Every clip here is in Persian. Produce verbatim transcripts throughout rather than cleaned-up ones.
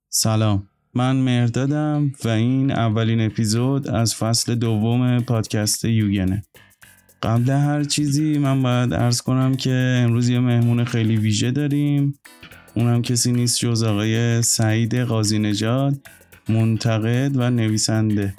سلام، من مهردادم و این اولین اپیزود از فصل دوم پادکست یوگنه. قبل هر چیزی من باید عرض کنم که امروز یه مهمون خیلی ویژه داریم. اونم کسی نیست جز آقای سعید قاضی نژاد، منتقد و نویسنده.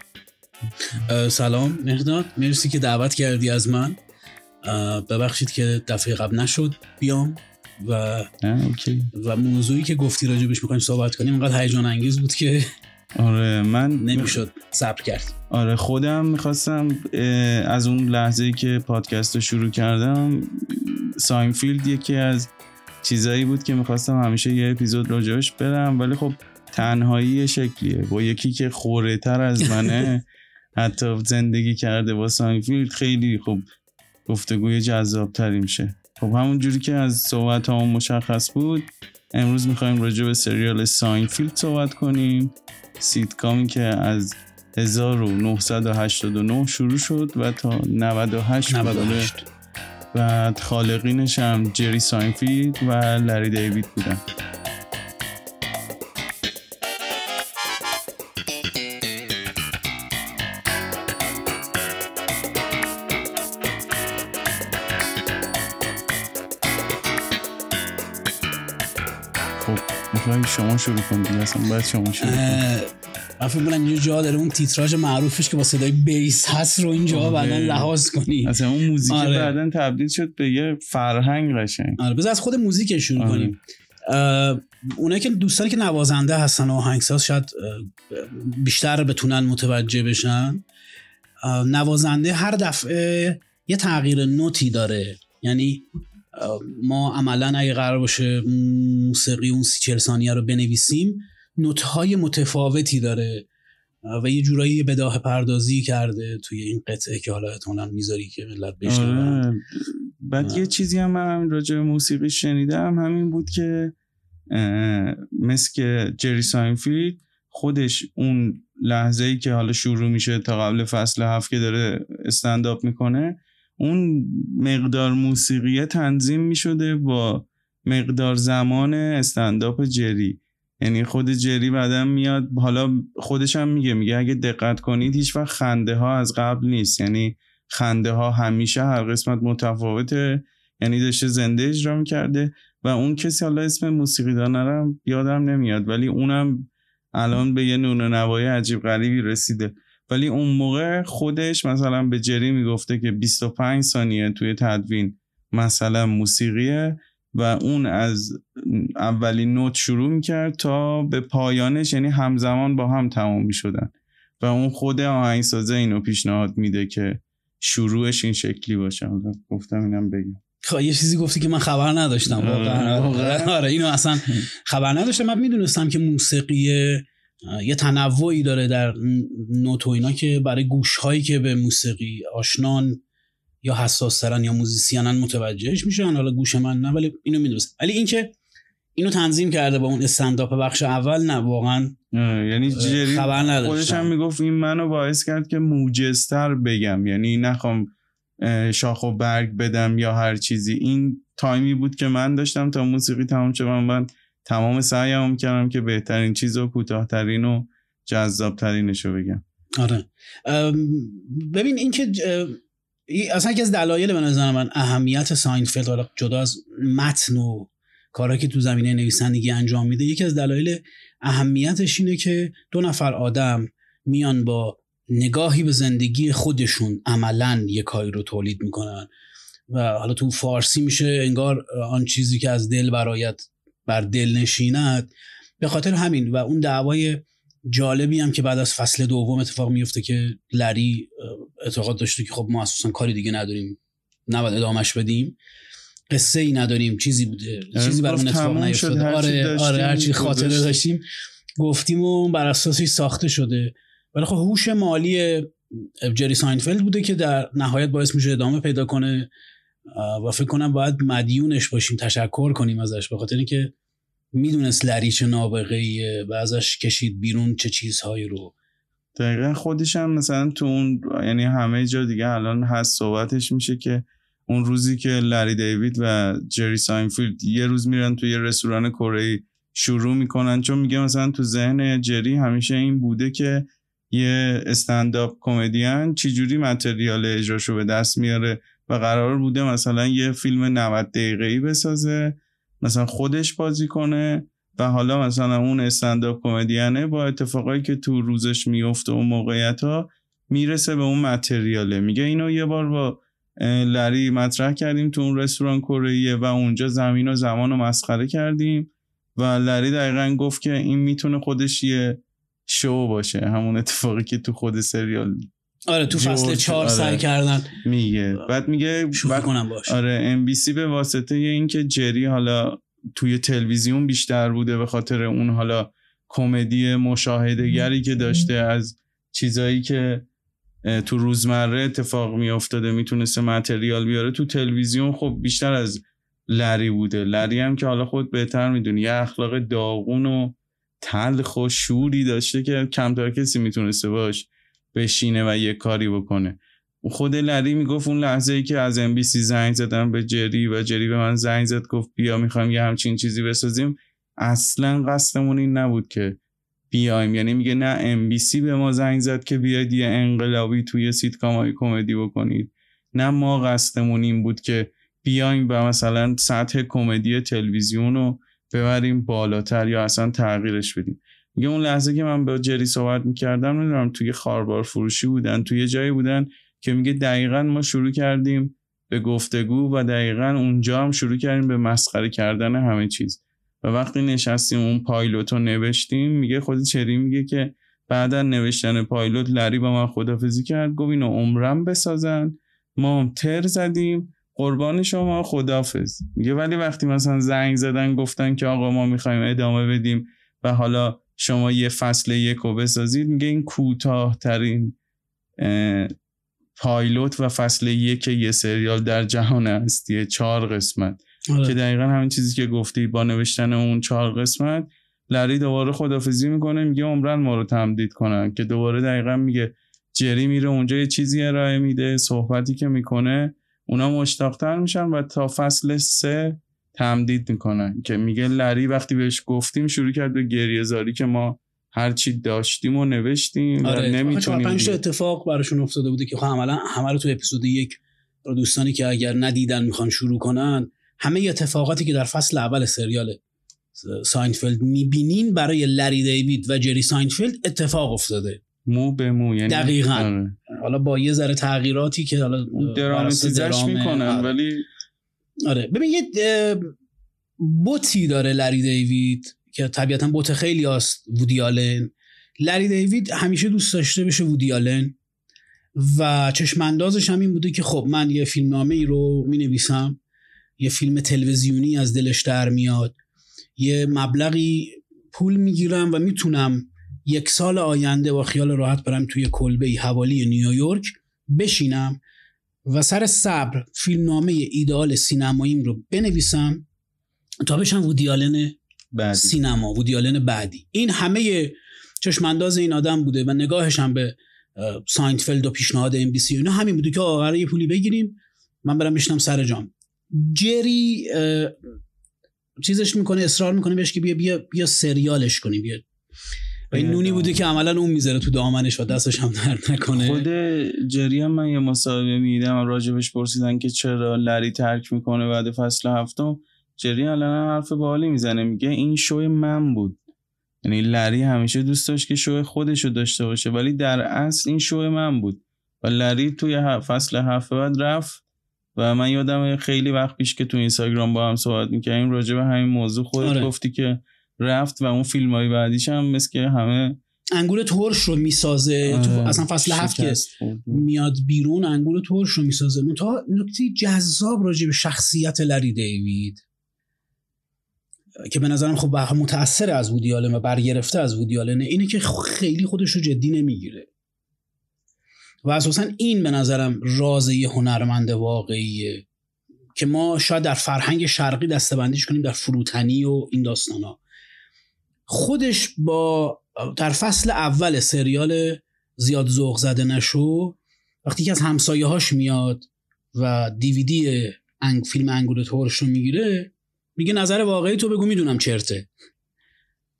سلام مهرداد، مرسی که دعوت کردی از من. ببخشید که دفعه قبل نشد بیام و اوکی. و موضوعی که گفتی راجبش می‌خوایم صحبت کنیم انقدر هیجان انگیز بود که آره من نمیشد صبر کرد. آره خودم میخواستم از اون لحظه‌ای که پادکست رو شروع کردم، ساینفیلد یکی از چیزایی بود که میخواستم همیشه یه اپیزود راجبش برم، ولی خب تنهایی شکلیه با یکی که خوره تر از منه حتی زندگی کرده با ساینفیلد، خیلی خب گفتگوی جذاب تری میشه. خب همون جوری که از صحبت همون مشخص بود، امروز میخوایم راجع به سریال ساینفیلد صحبت کنیم، سیتکامی که از هزار و نهصد و هشتاد و نه شروع شد و تا نود و هشت و خالقینش هم جری ساینفیلد و لری دیوید بودن. خب شما شروع کنید، اصلا باید شما شروع کنید. من فکر می‌کنم یه جا داره اون تیتراژ معروفش که با صدای بیس هست رو اینجا بعداً لحاظ کنی. اصلا اون موزیک آره. بعداً تبدیل شد به یه فرهنگ قشنگ. آره بذار از خود موزیک شروع آره. کنیم. اونایی که دوستانی که نوازنده هستن و آهنگساز شاید بیشتر بتونن متوجه بشن. نوازنده هر دفعه یه تغییر نوتی داره، یعنی ما عملاً اگه قرار باشه موسیقی اون سی چهل ثانیه رو بنویسیم نوت‌های متفاوتی داره و یه جورایی بداهه پردازی کرده توی این قطعه که حالا احتمالاً میذاری که ملت بشنون. بعد آه. یه چیزی هم من راجع به موسیقی شنیدم، همین بود که مثل که جری ساینفیلد خودش اون لحظه‌ای که حالا شروع میشه تا قبل فصل هفت که داره استندآپ میکنه، اون مقدار موسیقی تنظیم میشده با مقدار زمان استندآپ جری. یعنی خود جری بعدم میاد، حالا خودش هم میگه میگه اگه دقت کنید هیچ وقت خنده ها از قبل نیست، یعنی خنده ها همیشه هر قسمت متفاوته، یعنی داشته زنده اجرا میکرده. و اون کسی حالا اسم موسیقی دانرم یادم نمیاد، ولی اونم الان به یه نون نوای عجیب غریبی رسیده. ولی اون موقع خودش مثلا به جری میگفته که بیست و پنج ثانیه توی تدوین مثلا موسیقیه و اون از اولین نوت شروع میکرد تا به پایانش، یعنی همزمان با هم تمام میشدن و اون خود آهنگسازه اینو پیشنهاد میده که شروعش این شکلی باشه. گفتم اینم بگم. خب یه چیزی گفتی که من خبر نداشتم واقعا. آره اینو اصلا خبر نداشتم. من میدونستم که موسیقی یه تنوعی داره در نوت و اینا که برای گوش‌هایی که به موسیقی آشنان یا حساس‌ترن یا موزیسینن متوجهش میشن، حالا گوش من نه، ولی اینو میدونستم. ولی این که اینو تنظیم کرده با اون استندآپ بخش اول، نه واقعا یعنی جری خبر نداشتم. خودش هم میگفت این منو باعث کرد که موجزتر بگم، یعنی نخوام شاخ و برگ بدم یا هر چیزی. این تایمی بود که من داشتم تا موسیقی تمام شه، من تمام سعیم کردم که بهترین چیزو کوتاه‌ترین و جذاب‌ترینشو بگم. آره ببین این که اصلا یکی از دلایل به نظر من اهمیت ساینفیلد، حالا جدا از متن و کارهایی که تو زمینه نویسندگی انجام میده، یکی از دلایل اهمیتش اینه که دو نفر آدم میان با نگاهی به زندگی خودشون عملاً یک کاری رو تولید میکنن و حالا تو فارسی میشه انگار آن چیزی که از دل برایت بر دل نشیند. به خاطر همین و اون دعوای جالبی هم که بعد از فصل دوم اتفاق میفته که لری اعتقاد داشته که خب ما اساسا کاری دیگه نداریم، نباید ادامهش بدیم، قصه ای نداریم، چیزی بوده، چیزی برامون اتفاق نیفتاده. آره آره هر چی خاطره داشتیم گفتیم و بر اساسش ساخته شده. ولی خب هوش مالی جری ساینفیلد بوده که در نهایت باعث میشه ادامه پیدا کنه و فکر کنم باید مدیونش باشیم، تشکر کنیم ازش، به خاطر اینکه میدونست لری چه نابغه‌ایه و ازش کشید بیرون چه چیزهایی رو. دقیقا خودش هم مثلا تو اون، یعنی همه جا دیگه الان هست صحبتش میشه که اون روزی که لری دیوید و جری ساینفیلد یه روز میرن توی یه رستوران کره‌ای شروع میکنن، چون میگه مثلا تو ذهن جری همیشه این بوده که یه استنداپ کمدین چجوری متریال اجراشو به دست میاره و قرار بوده مثلا یه فیلم نود دقیقه‌ای بسازه، مثلا خودش بازی کنه و حالا مثلا اون استنداپ کمدینه با اتفاقایی که تو روزش میفته و موقعیت‌ها میرسه به اون متریاله. میگه اینو یه بار با لری مطرح کردیم تو اون رستوران کره‌ایه و اونجا زمین و زمان رو مسخره کردیم و لری دقیقاً گفت که این میتونه خودش یه شو باشه، همون اتفاقی که تو خود سریال آره تو فصل چهار آره. سعی کردن میگه. بعد میگه شوخی کنم باشه. آره ام بی سی به واسطه این که جری حالا توی تلویزیون بیشتر بوده به خاطر اون حالا کمدی مشاهده‌گری که داشته از چیزایی که تو روزمره اتفاق می افتاده میتونسته متریال بیاره، تو تلویزیون خب بیشتر از لری بوده. لری هم که حالا خود بهتر میدونی یه اخلاق داغون و تلخ و شوری داشته که کمتر کسی میتونسته باش بشینه و یه کاری بکنه. خود لری میگفت اون لحظه ای که از ام بی سی زنگ زدم به جری و جری به من زنگ زد گفت بیا میخوایم یه همچین چیزی بسازیم، اصلا قصدمون این نبود که بیایم. یعنی میگه نه ام بی سی به ما زنگ زد که بیاید یه انقلابی توی سیتکام‌های کمدی بکنید، نه ما قصدمون این بود که بیایم و مثلا سطح کمدی تلویزیون رو ببریم بالاتر یا اصلا تغییرش بدیم. میگه اون لحظه که من با جری صحبت میکردم نمیدونم توی خاربار فروشی بودن توی جایی بودن که میگه دقیقاً ما شروع کردیم به گفتگو و دقیقاً اونجا هم شروع کردیم به مسخره کردن همه چیز. و وقتی نشستیم اون پایلوت رو نوشتیم، میگه خود چری میگه که بعد از نوشتن پایلوت لری با من خدافظی کرد، گفت اینو عمرم بسازن، ما هم تر زدیم قربان شما خدافظ. میگه ولی وقتی مثلا زنگ زدن گفتن که آقا ما میخوایم ادامه بدیم و حالا شما یه فصل یک رو بسازید، میگه این کوتاه ترین پایلوت و فصل یک یه سریال در جهان هستیه، چهار قسمت آه. که دقیقا همین چیزی که گفتی با نوشتن اون چهار قسمت لری دوباره خدافظی میکنه، میگه عمرن ما رو تمدید کنن، که دوباره دقیقا میگه جری میره اونجا یه چیزی ارائه میده، صحبتی که میکنه اونا مشتاقتر میشن و تا فصل سه تمدید میکنن، که میگه لری وقتی بهش گفتیم شروع کرد به گریه زاری که ما هر چی داشتیم و نوشتیم آره. و نمیتونیم. پنج تا اتفاق براشون افتاده بوده که خب عملا همه رو تو اپیزود یک رو دوستانی که اگر ندیدن میخوان شروع کنن، همه اتفاقاتی که در فصل اول سریال ساینفلد میبینین برای لری دیوید و جری ساینفلد اتفاق افتاده مو به مو. یعنی دقیقاً آره. حالا با یه ذره تغییراتی که حالا دراماتیزش میکنن آره. ولی آره ببین یه بوتی داره لری دیوید که طبیعتاً بوت خیلی هست، وودی آلن. لری دیوید همیشه دوست داشته بشه وودی آلن و چشماندازش هم این بوده که خب من یه فیلمنامه ای رو می نویسم، یه فیلم تلویزیونی از دلش در میاد، یه مبلغی پول میگیرم و میتونم یک سال آینده با خیال راحت برم توی کلبه حوالی نیویورک بشینم و سر صبر فیلمنامه ایدئال سینماییم رو بنویسم تا بشم وودی آلن بعدی. سینما وودی آلن بعدی. این همه چشمانداز این آدم بوده و نگاهش هم به ساینفلد و پیشنهاد ام بی سی اینا همین بوده که آقا قراره یه پولی بگیریم من برم بشینم سر جام. جری چیزش میکنه، اصرار میکنه بهش که بیا بیا بیا سریالش کنی بیا. و این نونی بوده که عملا اون میذاره تو دامنش و دستش هم درد نکنه. خود جری هم من یه مصاحبه میدیدم راجبش پرسیدن که چرا لری ترک میکنه بعد فصل هفتم. جری الان حرف باحالی میزنه، میگه این شو من بود. یعنی لری همیشه دوست داشت که شو خودشو داشته باشه ولی در اصل این شو من بود و لری توی فصل هفت بعد رفت و من یادم خیلی وقت پیش که تو اینستاگرام با هم صحبت می‌کردیم راجع به همین موضوع خودت آره. گفتی که رفت و اون فیلم‌های بعدیش هم مثل که همه انگور ترش رو میسازه تو اصلا فصل هفت که میاد بیرون انگور ترش رو میسازه. منتها نکته جذاب راجع به شخصیت لری دیوید که به نظرم خب متأثر از وودی آلن و برگرفته از وودی آلن اینه که خیلی خودش رو جدی نمیگیره و اساسا این به نظرم راز یه هنرمند واقعیه که ما شاید در فرهنگ شرقی دسته‌بندیش کنیم در فروتنی و این داستانا. خودش با در فصل اول سریال زیاد ذوق زده نشو وقتی که از همسایه هاش میاد و دیویدی انگ فیلم انگور ترش رو میگیره میگه نظر واقعی تو بگو میدونم چرته.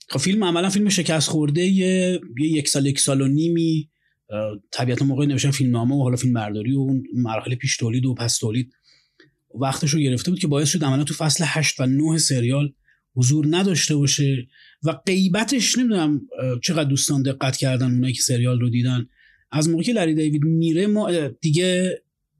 خب فیلم عملا فیلم شکست خورده یه, یه یک سال یک سال و نیمی طبیعتا موقع نوشتن فیلمنامه و حالا فیلم برداری و اون مراحل پیش تولید و پس تولید وقتشو گرفته بود که باعث شد عملا تو فصل هشت و نه سریال حضور نداشته باشه و غیبتش نمیدونم چقدر دوستان دقت کردن اونایی که سریال رو دیدن. از موقعی که لری دیوید میره ما دیگه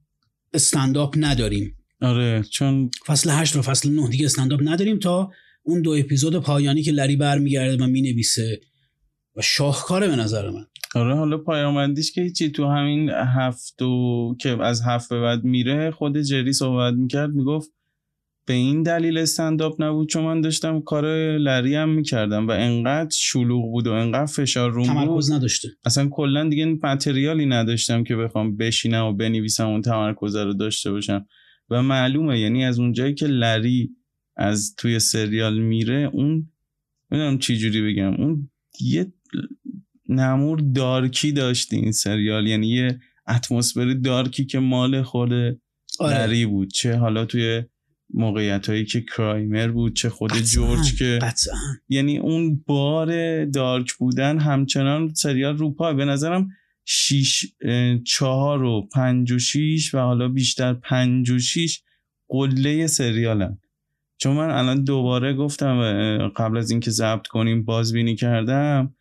استندآپ نداریم. آره چون فصل هشت و فصل نه دیگه استندآپ نداریم تا اون دو اپیزود پایانی که لری برمیگرده و مینویسه و شاهکاره به نظر من. آره حالا پایامندیش که هیچی، تو همین هفت و که از هفت به بعد میره خود جری صحبت میکرد میگفت به این دلیل استندآپ نبود چون من داشتم کار لری هم میکردم و انقدر شلوغ بود و انقدر فشار روم بود تمرکز نداشته، اصلا کلا دیگه متریالی نداشتم که بخوام بشینم و بنویسم اون تمرکز رو داشته باشم و معلومه یعنی از اونجایی که لری از توی سریال میره اون نمیدونم چی جوری بگم اون یه نمور دارکی داشت این سریال، یعنی یه اتمسفر دارکی که مال خود آره. لری بود، چه حالا توی موقعیت هایی که کرایمر بود چه خود قطعاً. جورج که قطعاً. یعنی اون بار دارک بودن همچنان سریال رو پای. به نظرم شیش چهار و پنج و شیش و حالا بیشتر پنج و شیش قله سریالن، چون من الان دوباره گفتم قبل از اینکه ضبط کنیم بازبینی کردم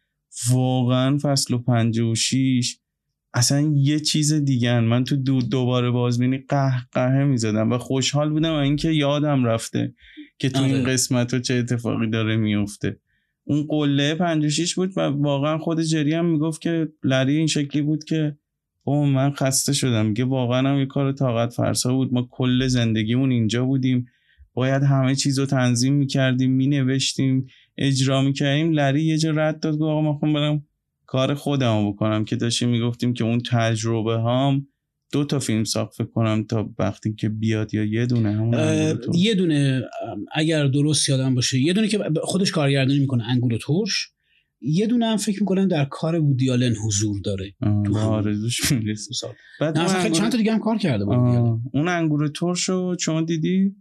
واقعا فصل و پنج و شیش اصلا یه چیز دیگه. من تو دو دوباره بازبینی قهقه میزدم و خوشحال بودم و اینکه یادم رفته که تو این قسمت رو چه اتفاقی داره میفته. اون قله پنج و شیش بود و واقعا خود جری هم میگفت که لری این شکلی بود که اوه من خسته شدم، میگه واقعا هم یه کار طاقت فرسا بود، ما کل زندگیمون اینجا بودیم، باید همه چیز رو تنظیم میکردیم، مینوشتیم، اجرا میکردیم. لری یه جا رد داد گفت آقا من خواهم برم کار خودم بکنم که داشتیم میگفتیم که اون تجربه هام دو تا فیلم ساخت فکر کنم تا وقتی که بیاد یا یه دونه همون یه دونه اگر درست یادم باشه یه دونه که خودش کارگردانی میکنه انگور ترش، یه دونه هم فکر میکنم در کار وودی آلن حضور داره تو آرزوش میرسه. بعد نه خیلی چند تا دیگه هم کار کرده بود. اون انگور ترشو شما دیدی؟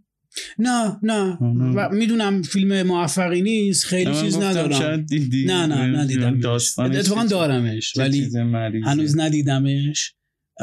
نه نه و میدونم فیلم موفقی نیست خیلی چیز ندارم. نه نه ندیدمش، اتفاقا دارمش ولی هنوز ندیدمش.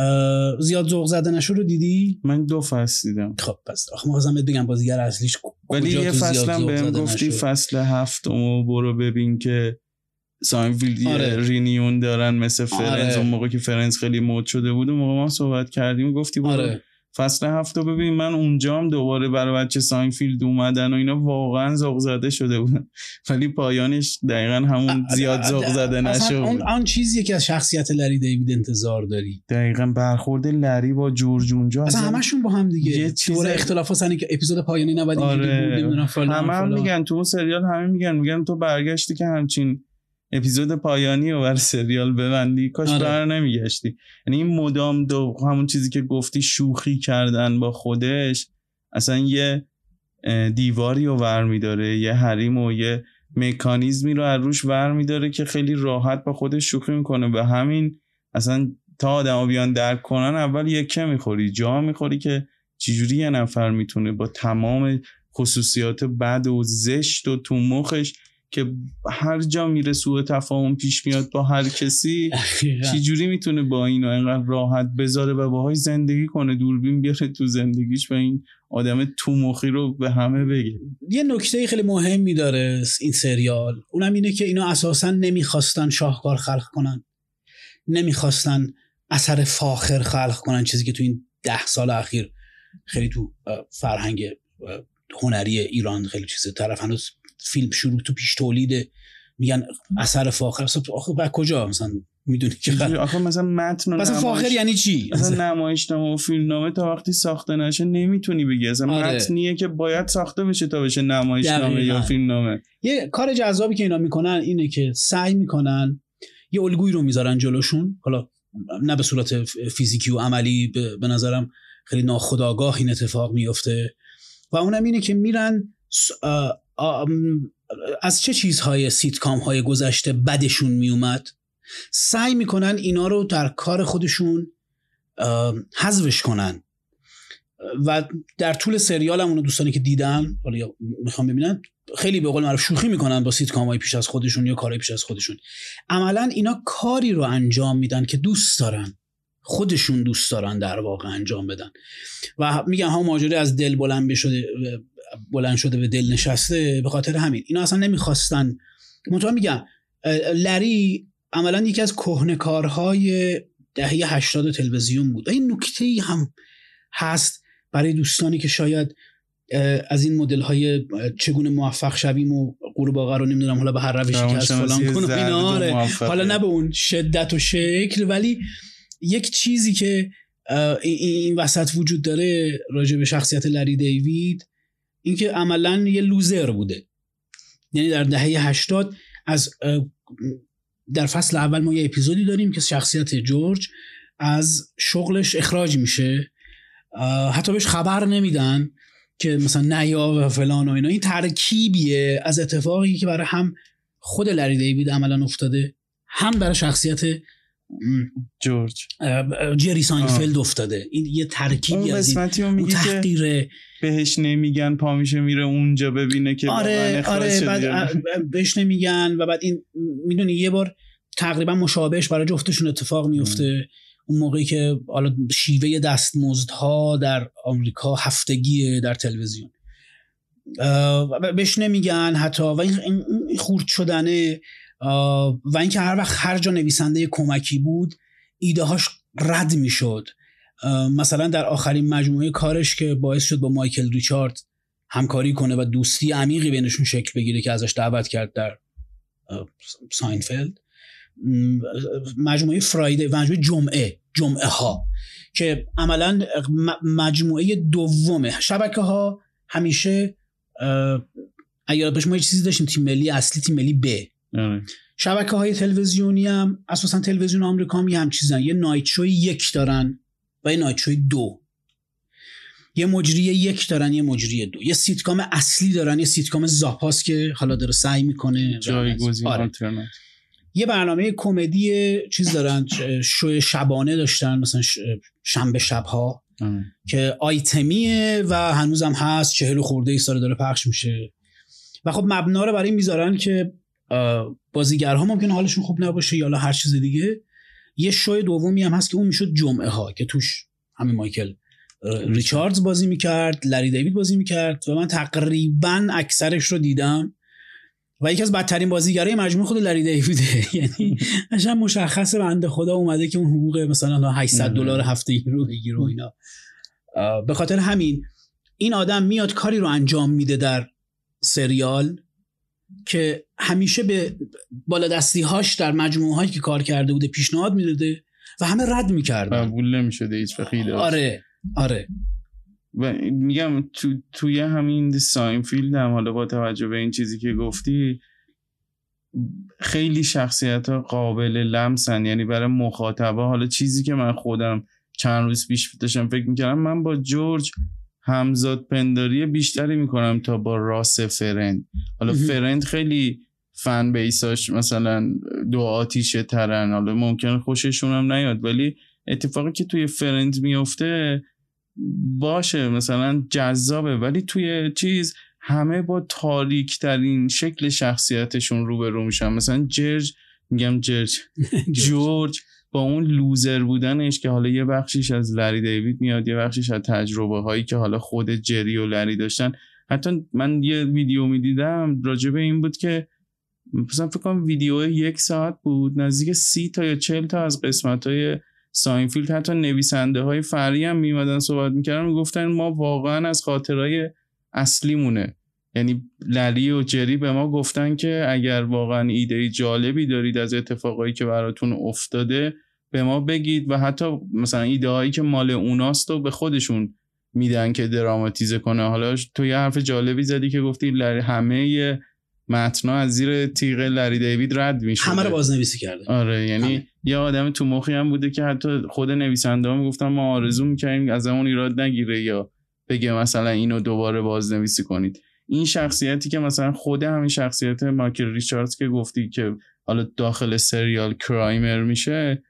زیاد ذوق زده نشو رو دیدی؟ من دو فصل دیدم. خب پس آخه می‌خواستم بهت بگم بازیگر اصلیش ولی یه فصلم بهم گفتی فصل هفتم برو ببین که ساینفیلد آره. رینیون دارن مثل فرنز. آره. اون موقع که فرنز خیلی مود شده بود اون موقع ما صحبت کردیم گفتی برو آره. فصل هفتو ببین. من اونجام دوباره برای بچه ساینفیلد اومدن و اینا واقعا ذوق زده شده بودن ولی پایانش دقیقا همون زیاد ذوق زده نشد. اون آن چیزی که از شخصیت لری دیوید انتظار داری دقیقاً برخورد لری با جورج اونجا اصلا همشون با هم دیگه یه چیز اختلافات سنی که اپیزود پایانی نباید اینجوری آره. بود نمیدونم فلان همه هم میگن تو اون سریال همه میگن میگن تو برگشتی که همچین اپیزود پایانی رو بر سریال ببندی کاش آره. بر نمیگشتی. یعنی این مدام دو همون چیزی که گفتی شوخی کردن با خودش اصلا یه دیواری رو ور میداره، یه حریم و یه مکانیزمی رو از روش ور میداره که خیلی راحت با خودش شوخی میکنه. به همین اصلا تا آدم ها بیان درک کنن اول یکه میخوری جا میخوری که چجوری یه نفر میتونه با تمام خصوصیات بد و زشت و تو مخش که هر جا میره سوء تفاهم پیش میاد با هر کسی چی جوری میتونه با اینو اینقدر راحت بذاره و باهاش زندگی کنه، دوربین بیاره تو زندگیش و این آدم تو مخی رو به همه بگه. یه نکته خیلی مهمی داره این سریال، اونم اینه که اینا اساسا نمیخواستن شاهکار خلق کنن، نمیخواستن اثر فاخر خلق کنن، چیزی که تو این ده سال اخیر خیلی تو فرهنگ هنری ایران خیلی چیزه. طرف هنوز فیلم شروع تو پیش تولیده میگن اثر فاخر. آخه با کجا مثلا میدونی که آخه مثلا متن مثلا فاخر یعنی چی؟ مثلا نمایشنامه و فیلمنامه تا وقتی ساخته نشه نمیتونی بگی اصلا آره. متنیه که باید ساخته بشه تا بشه نمایشنامه یا فیلمنامه. یه کار جذابی که اینا میکنن اینه که سعی میکنن یه الگویی رو میذارن جلوشون، حالا نه به صورت فیزیکی و عملی، به نظرم خیلی ناخودآگاه این اتفاق میفته و اونم اینه که میرن از چه چیزهای سیتکام های گذشته بدشون میومد سعی میکنن اینا رو در کار خودشون حذفش کنن و در طول سریال هم اونو دوستانی که دیدن حالا میخوام ببینن خیلی به قول معروف شوخی میکنن با سیتکام‌های پیش از خودشون یا کارهای پیش از خودشون. عملا اینا کاری رو انجام میدن که دوست دارن، خودشون دوست دارن در واقع انجام بدن و میگن هم ماجرا از دل بلند شده بلند شده به دل نشسته. به خاطر همین اینا اصلا نمیخواستن. منتها میگم لری عملا یکی از کهنه‌کارهای دهه هشتاد تلویزیون بود. این نکته‌ای هم هست برای دوستانی که شاید از این مدل های چگونه موفق شویم و قورباغه رو نمیدونم حالا به هر روشی که از فلان کنم اینا، حالا نه به اون شدت و شکل، ولی یک چیزی که این وسط وجود داره راجع به شخصیت لری دیوید، این که عملاً یه لوزر بوده. یعنی در دهه هشتاد از در فصل اول ما یه اپیزودی داریم که شخصیت جورج از شغلش اخراج میشه، حتی بهش خبر نمیدن که مثلا نیا و فلان و اینا. این ترکیبیه از اتفاقی که برای هم خود لری دیوید عملا افتاده، هم برای شخصیت جورج جری ساینفلد افتاده. این یه ترکیبی از این تحقیر بهش نمیگن، پا میشه میره اونجا ببینه که آره آره بعد بهش نمیگن و بعد این میدونی یه بار تقریبا مشابهش برای جفتشون اتفاق میفته. اون موقعی که حالا شیوه دستمزدها در آمریکا هفتگیه در تلویزیون، بهش نمیگن حتی، و این خورد شدنه و اینکه هر وقت هر جا نویسنده کمکی بود ایده هاش رد میشد. مثلا در آخرین مجموعه کارش که باعث شد با مایکل ریچارد همکاری کنه و دوستی عمیقی بینشون شکل بگیره که ازش دعوت کرد در ساینفلد، مجموعه فرایدی، مجموعه جمعه جمعه ها که عملا مجموعه دومه شبکه ها. همیشه اگر بهش ما یه چیزی داشتیم تیم ملی اصلی، تیم ملی ب. شبکه های تلویزیونی هم اساسا تلویزیون آمریکا هم هم چیزن، یه نایت شوی یک دارن و یه نایت شوی دو، یه مجری یک دارن یه مجری دو، یه سیتکام اصلی دارن یه سیتکام زاپاس که حالا داره سعی میکنه جایگزین آلترنات، یه برنامه کمدی چیز دارن، شوی شبانه داشتن مثلا شنبه شبها ام. که آیتمیه و هنوزم هست، چهل خورده ای سال داره پخش میشه و خب مبنا رو برای میذارن که بازیگرها ممکنه حالشون خوب نباشه یا هر چیز دیگه. یه شوی دومی هم هست که اون میشد جمعه ها که توش همین مایکل ریچاردز بازی میکرد، لری دیوید بازی میکرد و من تقریبا اکثرش رو دیدم و یکی از بدترین بازیگرای مجموعه خود لری دیویده. یعنی اصلا مشخصه بنده خدا اومده که اون حقوق مثلا هشتصد دلار هفتگی رو بگیره و اینا. به خاطر همین این آدم میاد کاری رو انجام میده در سریال که همیشه به بالادستی‌هاش در مجموعه‌هایی که کار کرده بوده پیشنهاد میداده و همه رد می‌کردن، قبول نمی‌شده هیچ وقتی. آره آره و میگم تو توی همین ساینفیلد هم حالا با توجه به این چیزی که گفتی خیلی شخصیت‌ها قابل لمسن، یعنی برای مخاطبا. حالا چیزی که من خودم چند روز پیش داشتم فکر می‌کردم، من با جورج همزاد پنداری بیشتری میکنم تا با راس فرند. حالا فرند خیلی فن بیساش مثلا دو آتیشه ترن، حالا ممکن خوششون هم نیاد، ولی اتفاقی که توی فرند میفته باشه مثلا جذابه، ولی توی چیز همه با تاریک ترین شکل شخصیتشون روبرو میشن. مثلا جرج میگم جرج جورج با اون لوزر بودنش که حالا یه بخشیش از لری دیوید میاد، یه بخشیش از تجربه هایی که حالا خود جری و لری داشتن. حتی من یه ویدیو میدیدم راجع به این بود که مثلا فکر کنم ویدیو یک ساعت بود، نزدیک سی تا یا چهل تا از قسمت های ساینفیلد حتی نویسنده های فرعی هم میمدن صحبت میکردن، میگفتن ما واقعا از خاطرهای اصلی مونه. یعنی لری و جری به ما گفتن که اگر واقعا ایده جالبی دارید از اتفاقایی که براتون افتاده به ما بگید، و حتی مثلا ایده هایی که مال اوناست رو به خودشون میدن که دراماتیزه کنه. حالا تو یه حرف جالبی زدی که گفتی لری همه متنا از زیر تیغ لری دیوید رد میشه، همه رو بازنویسی کرده. آره یعنی همه. یه آدم تو مخی هم بوده که حتی خود نویسنده ها میگفتن ما آرزو میکنیم از اون ایراد نگیره یا بگه مثلا اینو دوباره بازنویسی کنید. این شخصیتی که مثلا خود همین شخصیت مایکل ریچاردز که گفتی که حالا داخل سریال کرایمر میشه،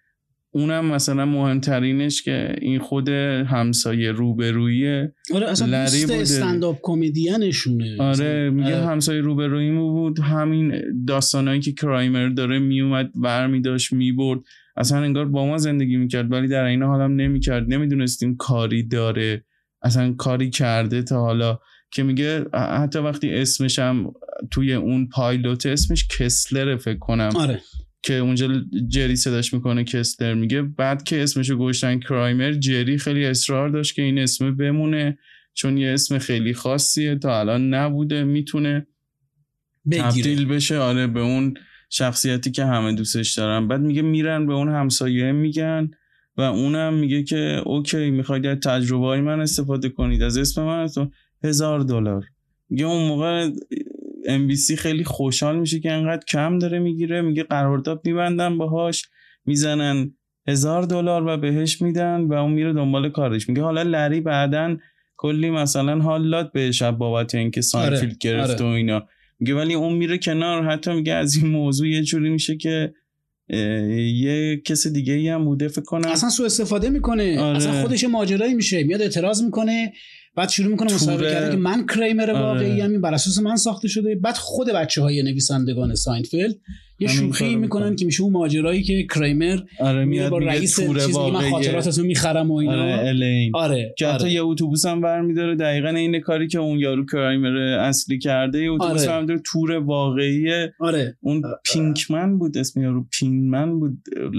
اونم مثلا مهمترینش که این خود همسایه روبرویه. آره اصلا دوست استندآپ کمدینشونه. آره میگه آره. همسایه روبرویمو بود، همین داستانایی که کرایمر داره میومد برمی داشت میبرد، اصلا انگار با ما زندگی میکرد ولی در این حال هم نمیکرد، نمیدونستیم کاری داره، اصلا کاری کرده تا حالا. که میگه حتی وقتی اسمش هم توی اون پایلوت اسمش کسلره فکر کنم. آره. که اونجا جری صداش میکنه کسلر، میگه بعد که اسمشو گوشتن کرایمر، جری خیلی اصرار داشت که این اسم بمونه چون یه اسم خیلی خاصیه، تا الان نبوده، میتونه تبدیل بشه آره به اون شخصیتی که همه دوستش دارن. بعد میگه میرن به اون همسایه میگن و اونم میگه که اوکی میخواید از تجربه های من استفاده کنید، از اسم من تو هزار دلار. میگه اون موقع ام بی سی خیلی خوشحال میشه که انقدر کم داره میگیره، میگه قرارداد میبندن باهاش، میزنن هزار دلار و بهش میدن و اون میره دنبال کارش. میگه حالا لری بعدن کلی مثلا حالات بهش بابت اینکه ساینفیلد آره، گرفت آره. و اینا. میگه ولی اون میره کنار، حتی میگه از این موضوع یه جوری میشه که یه کس دیگه ای هم بوده فکر کنم اصلا سوء استفاده میکنه آره. اصلا خودش ماجرایی میشه، میاد اعتراض میکنه، بعد شروع میکنه مصاحبه کردن که من کرایمر واقعی ام، بر اساس من ساخته شده. بعد خود بچهای نویسندگان ساینفیلد یه شوخی میکنن که میشه اون ماجرایی که کرایمر آره میاد با رئیس چیزی که من خاطراتتون میخرم و اینا آره الین آره که حتی یه اتوبوس هم برمیداره دقیقاً این کاری که اون یارو کرایمر اصلی کرده، یه اتوبوس آره. برمیداره تور واقعی آره. اون پینکمن بود اسم یارو، پینمن بود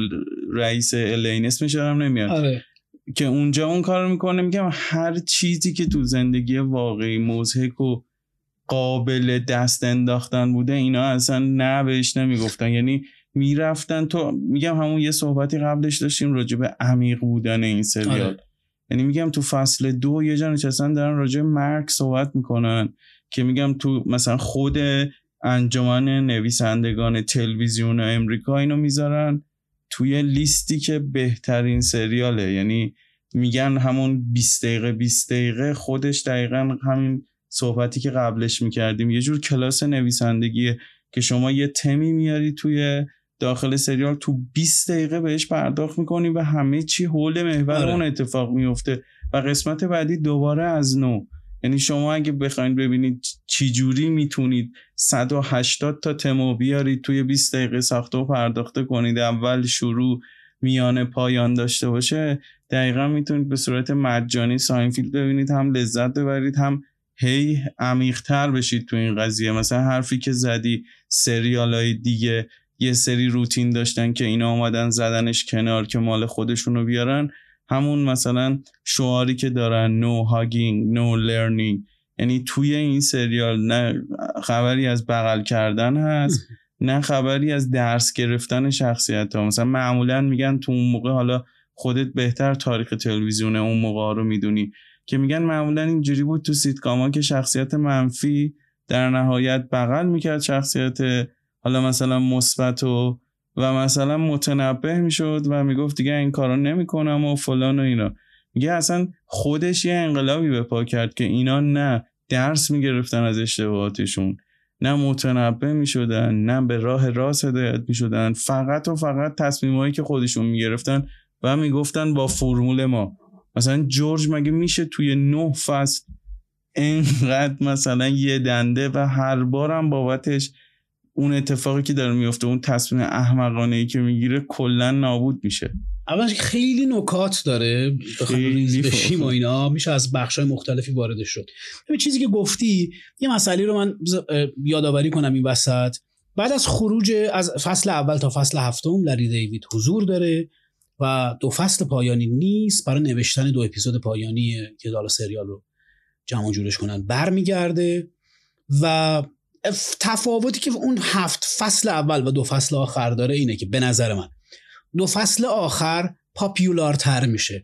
رئیس الین، اسمش هم نمیاد آره. که اونجا اون کارو میکنه. میگم هر چیزی که تو زندگی واقعی مضحک و قابل دست انداختن بوده اینا اصلا نه بهش نمیگفتن، یعنی میرفتن تو. میگم همون یه صحبتی قبلش داشتیم راجع به عمیق بودن این سریال آره. یعنی میگم تو فصل دو یه جا نشستن دارن راجع به مرگ صحبت میکنن که میگم تو مثلا خود انجمن نویسندگان تلویزیون امریکا اینو میذارن توی لیستی که بهترین سریاله، یعنی میگن همون بیست دقیقه بیست دقیقه خودش دقیقاً همین صحبتی که قبلش میکردیم، یه جور کلاس نویسندگیه که شما یه تمی میاری توی داخل سریال، تو بیست دقیقه بهش پرداخت میکنی و همه چی حول محور آره. اون اتفاق میفته و قسمت بعدی دوباره از نو. یعنی شما اگه بخواید ببینید چی جوری میتونید صد و هشتاد تا تمو بیارید توی بیست دقیقه ساخته و پرداخته کنید، اول شروع میانه پایان داشته باشه، دقیقاً میتونید به صورت مجانی ساینفیلد ببینید، هم لذت ببرید هم هی عمیق‌تر بشید تو این قضیه. مثلا حرفی که زدی سریالای دیگه یه سری روتین داشتن که اینا اومدن زدنش کنار که مال خودشونو بیارن، همون مثلا شعاری که دارن no hugging no learning، یعنی توی این سریال نه خبری از بغل کردن هست نه خبری از درس گرفتن شخصیت ها. مثلا معمولا میگن تو اون موقع، حالا خودت بهتر تاریخ تلویزیون اون موقع رو میدونی، که میگن معمولا اینجوری بود تو سیتکام ها که شخصیت منفی در نهایت بغل میکرد شخصیت حالا مثلا مثبت و و مثلا متنبه میشد و میگفت دیگه این کارو نمیکنم و فلان و اینا. میگه اصلا خودش یه انقلابی به پا کرد که اینا نه درس میگرفتن از اشتباهاتشون، نه متنبه میشدن، نه به راه راست هدایت میشدن، فقط و فقط تصمیمایی که خودشون میگرفتن و میگفتن با فرمول ما. مثلا جورج مگه میشه توی نه فصل اینقدر مثلا یه دنده و هر بارم بابتش اون اتفاقی که داره میفته، اون تصمیم احمقانه‌ای که میگیره کلا نابود میشه. اولش خیلی نکات داره بخوام بشیم و اینا میشه از بخشای مختلفی واردش شد. ببین چیزی که گفتی یه مسئله رو من یادآوری کنم این وسط. بعد از خروج از فصل اول تا فصل هفتم لری دیوید حضور داره و دو فصل پایانی نیست، برای نوشتن دو اپیزود پایانی که دالا سریال رو جمع جورش کنن برمیگرده و تفاوتی که اون هفت فصل اول و دو فصل آخر داره اینه که به نظر من دو فصل آخر پاپیولارتر میشه،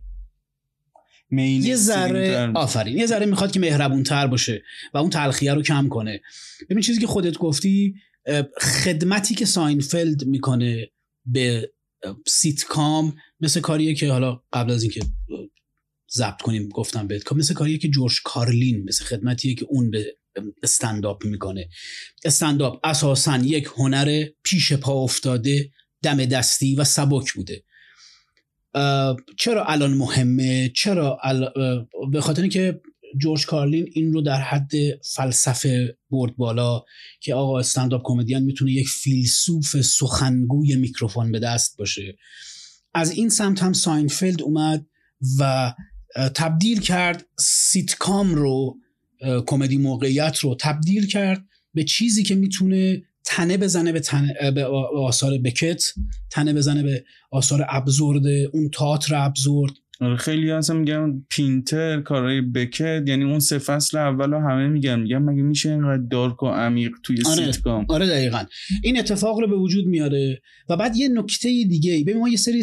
یه ذره آفرین یه ذره میخواد که مهربونتر باشه و اون تلخیه رو کم کنه. ببین چیزی که خودت گفتی، خدمتی که ساینفیلد میکنه به سیتکام مثل کاریه که حالا قبل از اینکه ضبط کنیم گفتم بهت، مثل کاریه که جورج کارلین، مثل خدمتیه که اون به استنداپ میکنه. استنداپ اساساً یک هنر پیش پا افتاده، دم دستی و سبک بوده. چرا الان مهمه؟ چرا ال... به خاطر اینکه جورج کارلین این رو در حد فلسفه برد بالا که آقا استندآپ کمدین میتونه یک فیلسوف سخنگوی میکروفون به دست باشه. از این سمت هم ساینفلد اومد و تبدیل کرد سیتکام رو، کمدی موقعیت رو تبدیل کرد به چیزی که میتونه تنه بزنه به, تنه به آثار بکت، تنه بزنه به آثار ابزورد، اون تئاتر ابزورد. خیلی اصلا میگم پینتر، کارهای بکت، یعنی اون سه فصل اول رو همه میگن میگم مگه میشه اینقدر دارک و عمیق توی آره، سیتکام؟ آره دقیقاً این اتفاق رو به وجود میاره. و بعد یه نکته دیگه، ببین ما یه سری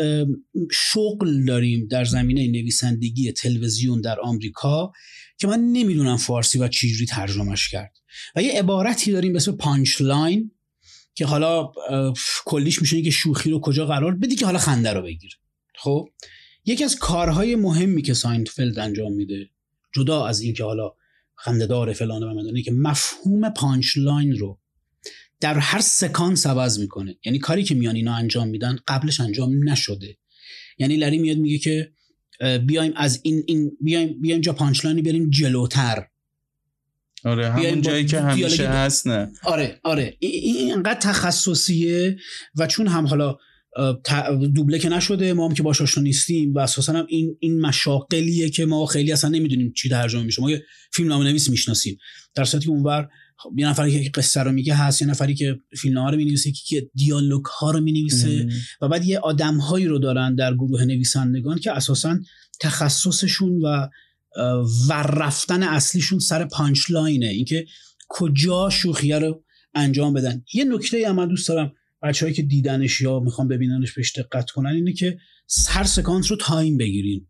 شغل داریم در زمینه نویسندگی تلویزیون در آمریکا که من نمیدونم فارسی و چجوری ترجمهش کرد، و یه عبارتی داریم به اسم پانچ لاین که حالا کلیش میشه که شوخی رو کجا قرار بدی که حالا خنده رو بگیر. خب یکی از کارهای مهمی که ساینفلد انجام میده، جدا از این که حالا خنده‌دار فلان و مدانی، که مفهوم پانچ لاین رو در هر سکانس عوض میکنه. یعنی کاری که میان اینا انجام میدن قبلش انجام نشده. یعنی لری میاد میگه که بیایم از این این بیایم بیایم جا پانچ لاینی بریم جلوتر. آره همون جایی که همیشه هست. نه آره آره این اینقدر تخصصیه و چون هم حالا دوبله که نشده، ما هم که باش آشنا نیستیم و اساسا هم این این مشاغلیه که ما خیلی اصلا نمیدونیم چی ترجمه میشه. ما یه فیلمنامه نویس میشناسیم، در صورتی که اونور یه نفری که قصه رو میگه هست، یه نفری که فیلمنامه رو مینویسه، که دیالوگ ها رو مینویسه، و بعد یه آدم‌هایی رو دارن در گروه نویسندگان که اساسا تخصصشون و و رفتن اصلیشون سر پانچ لاینه، اینکه کجا شوخیه رو انجام بدن. یه نکته هم من دوست دارم بچه‌هایی که دیدنش یا میخوام ببیننش بهش دقت کنن، اینه که هر سکانس رو تایم بگیرین.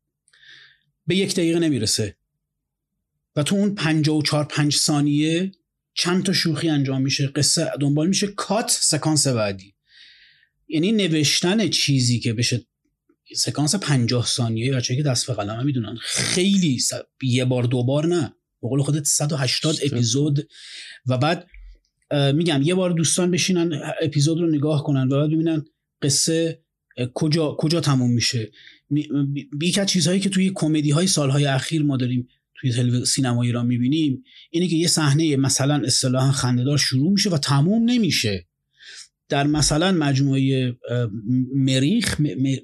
به یک دقیقه نمیرسه و تو اون پنجاه و چهار پنج ثانیه چند تا شوخی انجام میشه، قصه دنبال میشه، کات، سکانس بعدی. یعنی نوشتن چیزی که بشه سکانس پنجاه ثانیه، بچه‌ای که دست به قلمه میدونن خیلی س... یه بار دو بار نه، به قول خودت صد و هشتاد اپیزود. و بعد میگم یه بار دوستان بشینن اپیزود رو نگاه کنن و بعد ببینن قصه کجا کجا تموم میشه. یکی از چیزهایی که توی کمدی های سالهای اخیر ما داریم توی تلویزیون سینما ایران میبینیم اینه که یه صحنه مثلا اصطلاحاً خنده‌دار شروع میشه و تموم نمیشه. در مثلا مجموعه مریخ م... م...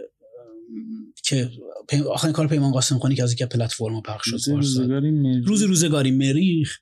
که آخرین کار پیمان قاسم خانی که از یک پلتفرم پخش شد، روز روزگاری مریخ،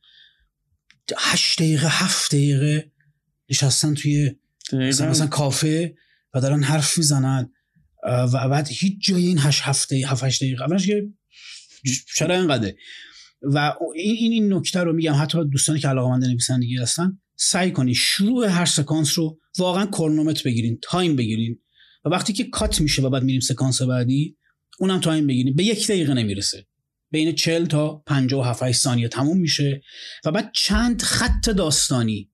هشت دقیقه هفت دقیقه نشستن توی مثلا, مثلا کافه و دارن حرف میزنن و بعد هیچ جای این هشت هفت دقیقه هفت هشت دقیقه اولش که چرا اینقدره. و این این نکته رو میگم حتی دوستانی که علاقه‌مند نویسندگی هستن، سعی کنین شروع هر سکانس رو واقعا کرونومتر بگیرین، تایم بگیرین، و وقتی که کات میشه و بعد میریم سکانس بعدی اونم تایم بگیرین. به یک دقیقه نمیرسه، بین چهل تا پنجاه و هفت ثانیه تموم میشه و بعد چند خط داستانی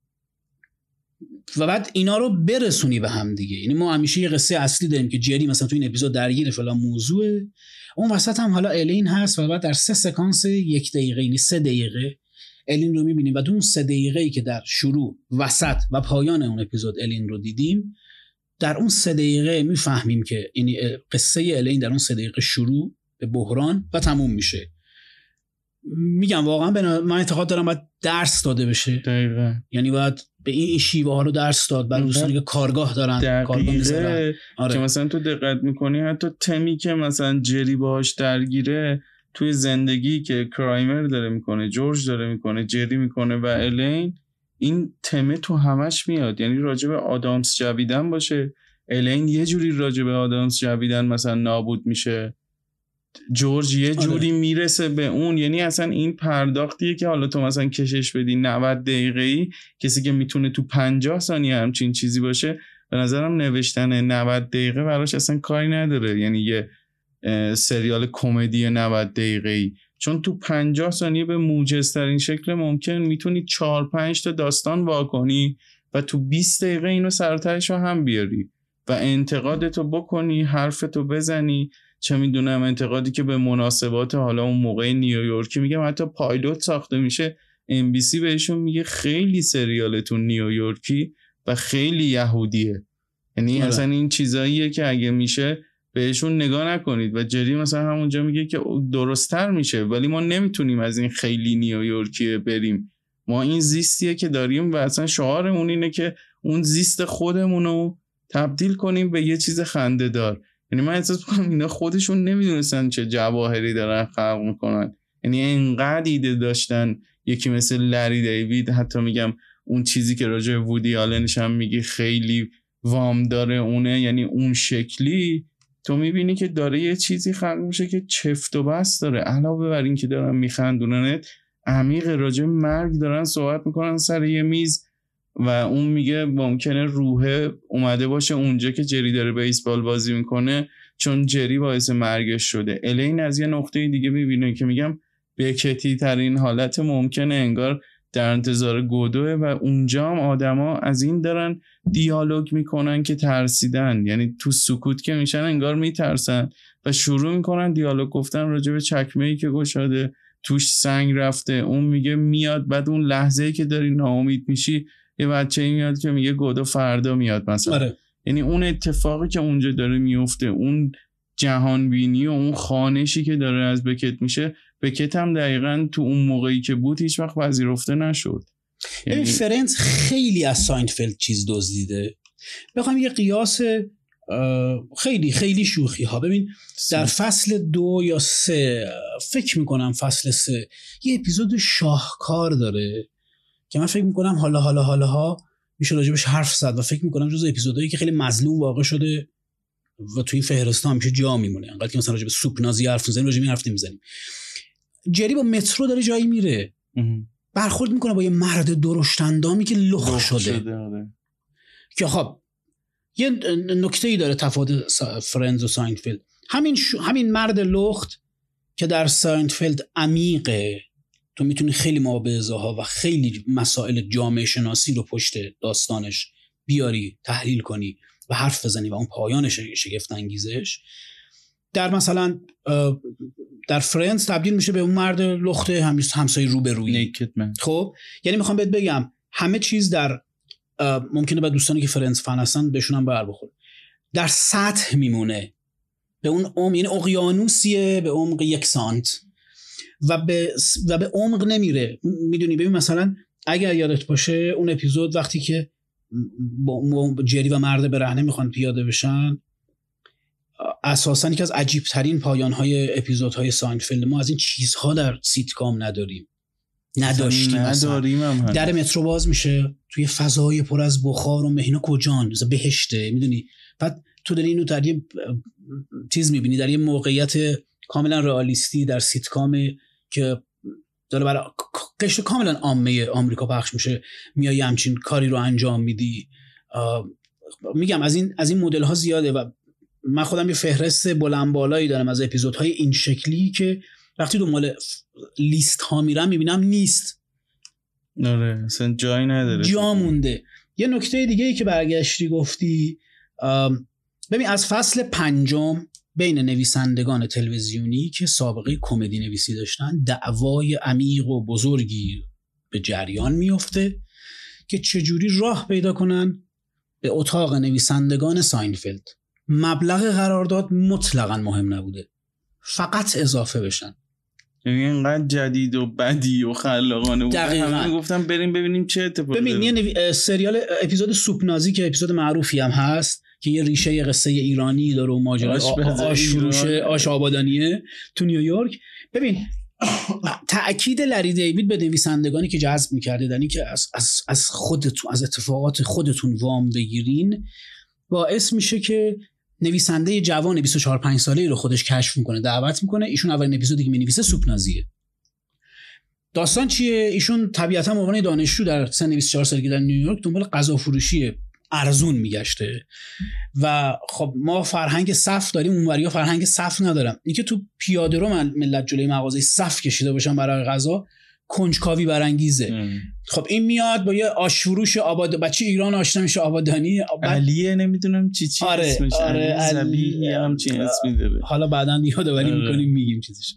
و بعد اینا رو برسونی به هم دیگه. یعنی ما همیشه یه قصه اصلی داریم که جری مثلا تو این اپیزود درگیر فلان موضوعه، اون وسط هم حالا الین هست و بعد در سه سکانس یک دقیقه یعنی سه دقیقه الین رو میبینیم و اون سه دقیقه‌ای که در شروع، وسط و پایان اون اپیزود الین رو دیدیم، در اون سه دقیقه میفهمیم که این قصه الین در اون سه دقیقه شروع به بحران و تموم میشه. میگم واقعا من اعتقاد دارم باید درس داده بشه. دقیقاً. یعنی باید به این شیوه ها رو درس داد برای دوستانی که کارگاه دارن، کارگاه میذارن. آره. که مثلا تو دقت میکنی حتی تمی که مثلا جری باهاش درگیره توی زندگی که کرایمر داره میکنه، جورج داره میکنه، جری میکنه و الین، این تمه تو همش میاد. یعنی راجع به آدامس جویدن باشه، الین یه جوری راجع به آدامس جویدن مثلا نابود میشه، جورج یه جوری آره. میرسه به اون. یعنی اصلا این پرداختیه که حالا تو مثلا کشش بدی نود دقیقه‌ای، کسی که میتونه تو پنجاه ثانیه همچین چیزی باشه، به نظرم نوشتن نود دقیقه براش اصلا کاری نداره. یعنی یه سریال کمدی نود دقیقه‌ای، چون تو پنجاه ثانیه به موجزترین شکل ممکن میتونی چهار پنج تا داستان واکنی و تو بیست دقیقه اینو سرترش رو هم بیاری و انتقادتو بکنی، حرفتو بزنی. چه میدونم انتقادی که به مناسبات حالا اون موقع نیویورکی، میگم حتی پایلوت ساخته میشه، ام بی سی بهشون میگه خیلی سریالتون نیویورکی و خیلی یهودیه. یعنی اصلا این چیزاییه که اگه میشه بهشون نگاه نکنید. و جری مثلا همونجا میگه که درست‌تر میشه ولی ما نمیتونیم از این خیلی نیویورکی بریم، ما این زیستیه که داریم و اصلا شعارمون اینه که اون زیست خودمونو تبدیل کنیم به یه چیز خنده‌دار. یعنی من احساس می‌کنم اینا خودشون نمیدونستن چه جواهری دارن خلق میکنن، یعنی اینقدر ایده داشتن. یکی مثل لری دیوید، حتی میگم اون چیزی که راجع به وودی آلنش هم میگی خیلی وام داره اونه، یعنی اون شکلی تو میبینی که داره یه چیزی خلق میشه که چفت و بست داره. علاوه بر این که دارن میخندوننت، عمیق راجع به مرگ دارن صحبت میکنن سر یه میز و اون میگه ممکنه روحه اومده باشه اونجا که جری داره بیسبال بازی میکنه چون جری باعث مرگش شده. الین از یه نقطه دیگه میبینه که میگم بکتی ترین حالت ممکنه، انگار در انتظار گودوه و اونجا هم آدما از این دارن دیالوگ میکنن که ترسیدن، یعنی تو سکوت که میشن انگار میترسن و شروع میکنن دیالوگ گفتن راجع به چکمه‌ای که گشاده توش سنگ رفته. اون میگه میاد، بعد اون لحظه‌ای که داری ناامید میشی یه بچه‌ای میاد که میگه گودو فردا میاد مثلا. آره. یعنی اون اتفاقی که اونجا داره میفته، اون جهان بینی و اون خانشی که داره از بکت میشه، بکت هم دقیقاً تو اون موقعی که بود هیچ وقت پذیرفته نشد. یعنی فرنز خیلی از ساینفلد چیز دزدیده. بخوام یه قیاس خیلی خیلی شوخی ها، ببین در فصل دو یا سه، فکر میکنم فصل سه، یه اپیزود شاهکار داره که من فکر میکنم حالا حالا حالا ها میشه راجبش حرف زد و فکر میکنم جز اپیزودایی که خیلی مظلوم واقع شده و توی فهرست هم میشه جا میمونه. انقدر که مثلا راجب سوپ نازی حرف میزنیم، راجب این حرف نمیزنیم. جری با مترو داره جایی میره، برخورد میکنه با یه مرد درشت اندامی که لخ, لخ شده, شده. که خب یه نکته‌ای داره تفاوت فرندز و ساینفلد. همین شو، همین مرد لخت که در ساینفلد عمیقه، تو میتونی خیلی مابعضاها و خیلی مسائل جامعه شناسی رو پشت داستانش بیاری، تحلیل کنی و حرف بزنی و اون پایانش شگفت انگیزش، در مثلا در فرندز تبدیل میشه به اون مرد لخت همسایه روبرویی. خب یعنی میخوام بهت بگم همه چیز در ممکنه بعد دوستانی که فرندز فن هستن بهشون هم بر بخوره، در سطح میمونه، به اون عمق، یعنی اقیانوسیه به عمق یک سانت و به و به عمق نمیره. میدونی ببین مثلا اگر یادت باشه اون اپیزود وقتی که با جری و مرد برهنه میخوان پیاده بشن، اساساً یکی از عجیب ترین پایان های اپیزودهای ساینفلد، ما از این چیزها در سیتکام نداریم، نداشتیم، نداریم. هم در مترو باز میشه توی فضای پر از بخار و مهینا کجان بهشته، میدونی، بعد تو داری اینو در یه چیز میبینی، در یه موقعیت کاملا رئالیستی در سیتکام که داره برای قشر کاملا عامه آمریکا پخش میشه، میای همچین کاری رو انجام میدی. میگم از این از این مدل ها زیاده و من خودم یه فهرست بلند بالایی دارم از اپیزودهای این شکلی که وقتی دنبال لیست ها میرم میبینم نیست. آره اصلا جایی نداره، جا مونده. یه نکته دیگه ای که برگشتی گفتی، ببین از فصل پنجم بین نویسندگان تلویزیونی که سابقه کمدی نویسی داشتن دعوای عمیق و بزرگی به جریان میفته که چجوری راه پیدا کنن به اتاق نویسندگان ساینفلد. مبلغ قرارداد مطلقاً مهم نبوده، فقط اضافه بشن. یعنی اینقدر جدید و بدی و خلاقانه بود، همه گفتم بریم ببینیم چه اتفاقی. ببین یه نوی... سریال اپیزود سوپ نازی که اپیزود معروفی هم هست که یه ریشه قصه ایرانی داره و ماجرای آش فروشه، آش آبادانیه تو نیویورک. ببین تأکید لری دیوید به نویسندگانی که جذب می‌کرده دانی که از از از خودتون، از اتفاقات خودتون وام بگیرین، باعث میشه که نویسنده جوان بیست و چهار پنج ساله‌ای رو خودش کشف میکنه، دعوت میکنه. ایشون اولین اپیزودی که مینویسه سوپ نازیه. داستان چیه؟ ایشون طبیعتا به عنوان دانشجو در سن بیست و چهار سالگی در نیویورک دنبال غذا فروشی ارزون میگشته و خب ما فرهنگ صف داریم، اونوریا فرهنگ صف ندارم. اینکه تو پیاده رو ملت جلوی مغازه صف کشیده باشن برای غذا کنجکاوی برانگیزه. ام. خب این میاد با یه آشفروش آباد، بچه ایران آشنا میشه، آبادانی آباد... علیه نمیدونم چی چی آره، اسمش، آره علی زبی هم چی اسمی داره، حالا بعداً یادآوری آره. میکنیم میگیم چیزش.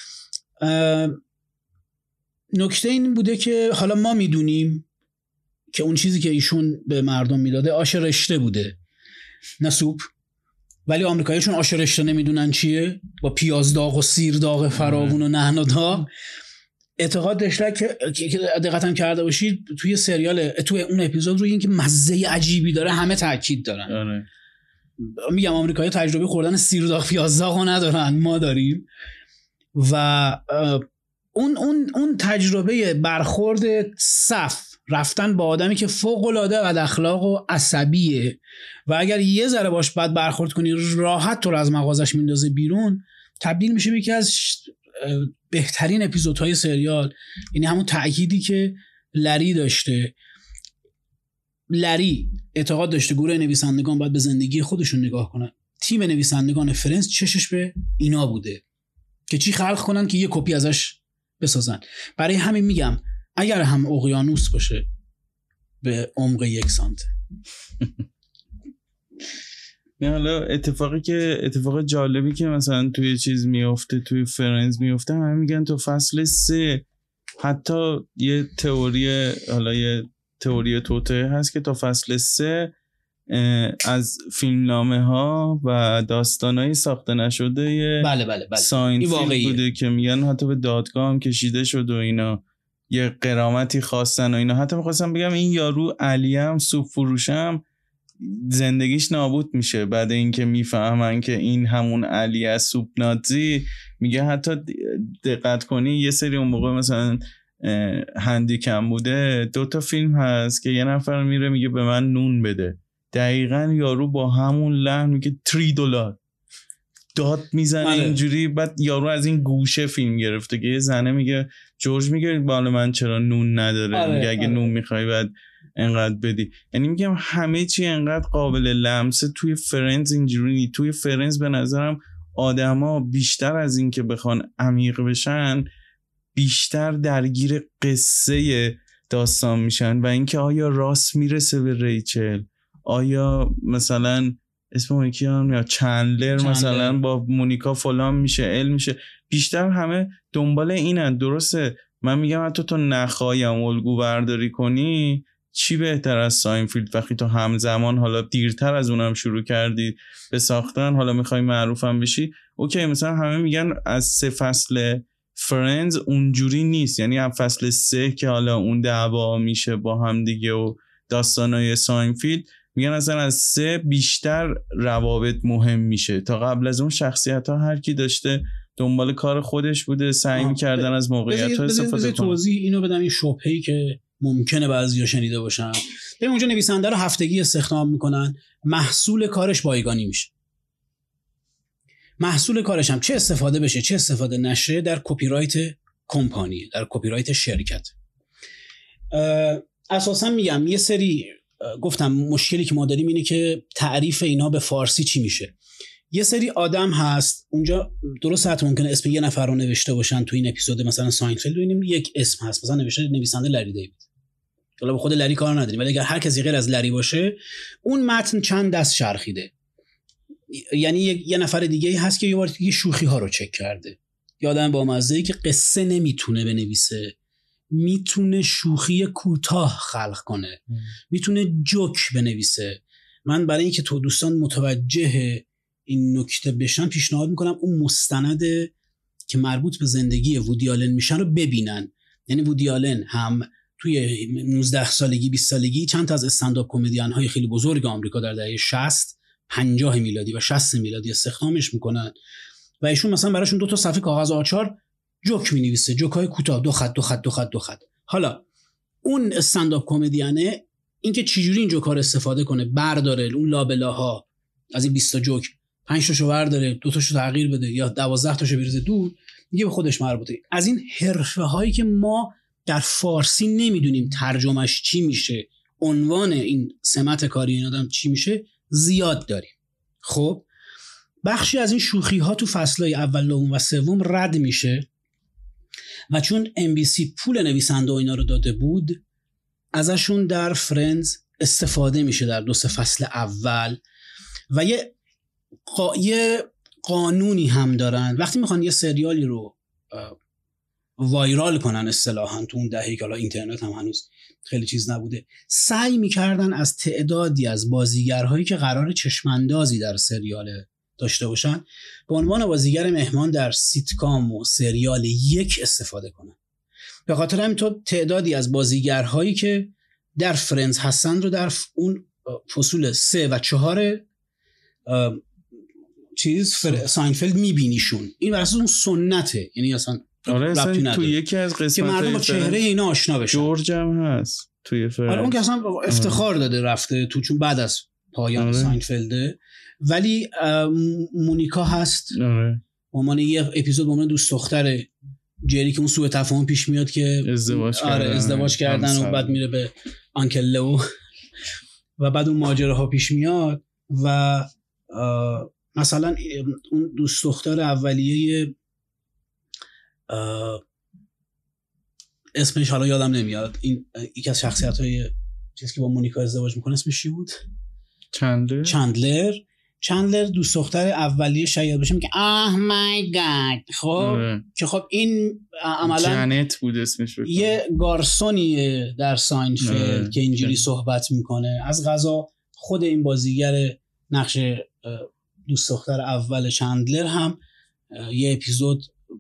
نکته این بوده که حالا ما میدونیم که اون چیزی که ایشون به مردم میداده آش رشته بوده نه سوپ. ولی آمریکایی‌ها آش رشته نمیدونن چیه، با پیاز داغ و سیر داغ فراوون و نهن و داغ. اعتقاد داشته که دقیقاً کرده باشید توی سریال توی اون اپیزود روی اینکه مزه عجیبی داره همه تاکید دارن. آره. میگم آمریکایی‌ها تجربه خوردن سیر داغ پیاز داغو ندارن، ما داریم. و اون اون اون تجربه برخورد صف رفتن با آدمی که فوق‌العاده بد اخلاق و عصبیه و اگر یه ذره باش بد برخورد کنی راحت تو رو از مغازش میندازه بیرون، تبدیل میشه به یکی از بهترین اپیزودهای سریال. یعنی همون تأکیدی که لری داشته. لری اعتقاد داشته گروه نویسندگان باید به زندگی خودشون نگاه کنن. تیم نویسندگان فرنز چشش به اینا بوده که چی خلق کنن که یه کپی ازش بسازن. برای همین میگم اگر هم اقیانوس باشه به عمق یک سانته. نه حالا اتفاقی که اتفاق جالبی که مثلا توی چیز میفته، توی فرنز میفته، همه میگن تو فصل سه حتی یه تئوری، حالا یه تئوری توته هست که تا فصل سه از فیلمنامه ها و داستانایی ساخته نشده یه بله بله بله. ساین فیلم بوده که میگن حتی به دادگاه هم کشیده شد و اینا، یه قرامتی خواستن و اینا. حتی میخواستم بگم این یارو علی هم سوپ فروشم زندگیش نابود میشه بعد اینکه میفهمن که این همون علی از سوپ نازی. میگه حتی دقت کنی یه سری اون موقع مثلا هندی کم بوده، دو تا فیلم هست که یه نفر میره میگه به من نون بده، دقیقاً یارو با همون لحن میگه تری دلار داد میزنه اینجوری. بعد یارو از این گوشه فیلم گرفته که یه زنه میگه جورج میگه بالا من چرا نون نداره، آره، میگه اگه آره. نون میخوای بعد انقدر بدی. یعنی میگم همه چی انقدر قابل لمسه توی فرنز اینجوری نی. توی فرنز به نظرم آدما بیشتر از این که بخوان عمیق بشن بیشتر درگیر قصه داستان میشن و اینکه آیا راست میرسه به ریچل، آیا مثلا اسم اون یکی هم یا چندلر, چندلر مثلا با مونیکا فلان میشه علم میشه. بیشتر همه دنبال اینن. درسته من میگم حتی تو نخوایم الگو برداری کنی چی بهتر از ساینفیلد وقتی تو همزمان حالا دیرتر از اونم شروع کردی به ساختن، حالا میخوای معروفم بشی. اوکی مثلا همه میگن از سه فصل فرندز اونجوری نیست، یعنی از فصل سه که حالا اون دعوا میشه با هم دیگه و داستانای ساینفیلد، میگن اصلا از سه بیشتر روابط مهم میشه. تا قبل از اون شخصیت ها هر کی داشته دنبال کار خودش بوده، سعی میکردن از موقعیت ها استفاده کنن. توضیح اینو بدم این شبهه‌ای که ممکنه بعضیا شنیده باشن. ببین اونجا نویسنده رو هفتگی استخدام میکنن، محصول کارش بایگانی میشه. محصول کارش هم چه استفاده بشه چه استفاده نشه در کپی رایت کمپانی، در کپی رایت شرکت. اساسا میگم یه سری گفتم مشکلی که ما داریم اینه که تعریف اینا به فارسی چی میشه. یه سری آدم هست اونجا، درست حتی ممکنه اسم یه نفر رو نوشته باشن تو این اپیزود مثلا ساینفیلد ببینیم یک اسم هست مثلا نوشته نویسنده لری دیوید، حالا به خود لری کار نداریم ولی اگر هر کسی غیر از لری باشه اون متن چند دست چرخیده. یعنی یه نفر دیگه هست که یه بار دیگه شوخی ها رو چک کرده، یه آدم با مزه‌ای که قصه نمیتونه بنویسه، میتونه شوخی کوتاه خلق کنه، میتونه جوک بنویسه. من برای اینکه تو دوستان متوجه این نکته بشن پیشنهاد میکنم اون مستند که مربوط به زندگی وودی آلن میشن رو ببینن. یعنی وودی آلن هم توی نوزده سالگی بیست سالگی چند تا از استندآپ کمدین های خیلی بزرگ آمریکا در دهه شصت پنجاه میلادی و شصت میلادی استخدامش میکنن و ایشون مثلا براشون دو تا صفحه کاغذ آچار جوک مینویسه، جوک های کوتاه، دو خط دو خط دو خط دو خط. حالا اون استندآپ کمدینه اینکه چجوری این جوکا رو استفاده کنه، برداره اون لابلاها از این بیست تا جوک پنج تاشو برداره دو تاشو تغییر بده یا دوازده تاشو بریزه دور، دیگه به خودش مربوطه. از این حرفه هایی که ما در فارسی نمیدونیم ترجمهش چی میشه، عنوان این سمت کاری این آدم چی میشه، زیاد داریم. خب بخشی از این شوخی ها تو فصلهای اول و سوم رد میشه و چون ام بی سی پول نویسنده و اینا رو داده بود ازشون در فرندز استفاده میشه در دو سه فصل اول و یه قا... یه قانونی هم دارن. وقتی میخوان یه سریالی رو وایرال کنن اصطلاحاً تو اون دهه که حالا اینترنت هم هنوز خیلی چیز نبوده، سعی میکردن از تعدادی از بازیگرهایی که قرار چشماندازی در سریال داشته باشن به عنوان بازیگر مهمان در سیتکام و سریال یک استفاده کنن. به خاطر همین تو تعدادی از بازیگرهایی که در فرندز هستن رو در اون فصول سه و چهار چیز فر... ساینفلد میبینیشون. این براساس اون سنته، یعنی اصلا آره اصلا تو یکی از قسمت که مردم با چهره اینا آشنا بشن. جورج هم هست توی فرندز. آره اون که اصلا افتخار داده رفته تو، چون بعد از پایان آره. ساینفلده. ولی مونیکا هست آره. به عنوان یه اپیزود به عنوان دوست دختر جری که اون سوء تفاهم پیش میاد که ازدواج آره کردن ازدواج کردن و بعد میره به آنکل لو و بعد اون ماجراها پیش میاد و مثلا اون دوست دختر اولیه اسمش حالا یادم نمیاد، این یکی از شخصیت‌های چیزی که با مونیکا ازدواج میکنه اسمش چی بود؟ چندلر. چندلر چندلر دوست دختر اولیه شاید باشه، میگه آه مای گاد. خب که خب این عملا جنت بود اسمش بود، یه گارسونیه در ساینفلد که اینجوری صحبت میکنه. از قضا خود این بازیگر نقش دوست دختر اول چندلر هم یه اپیزود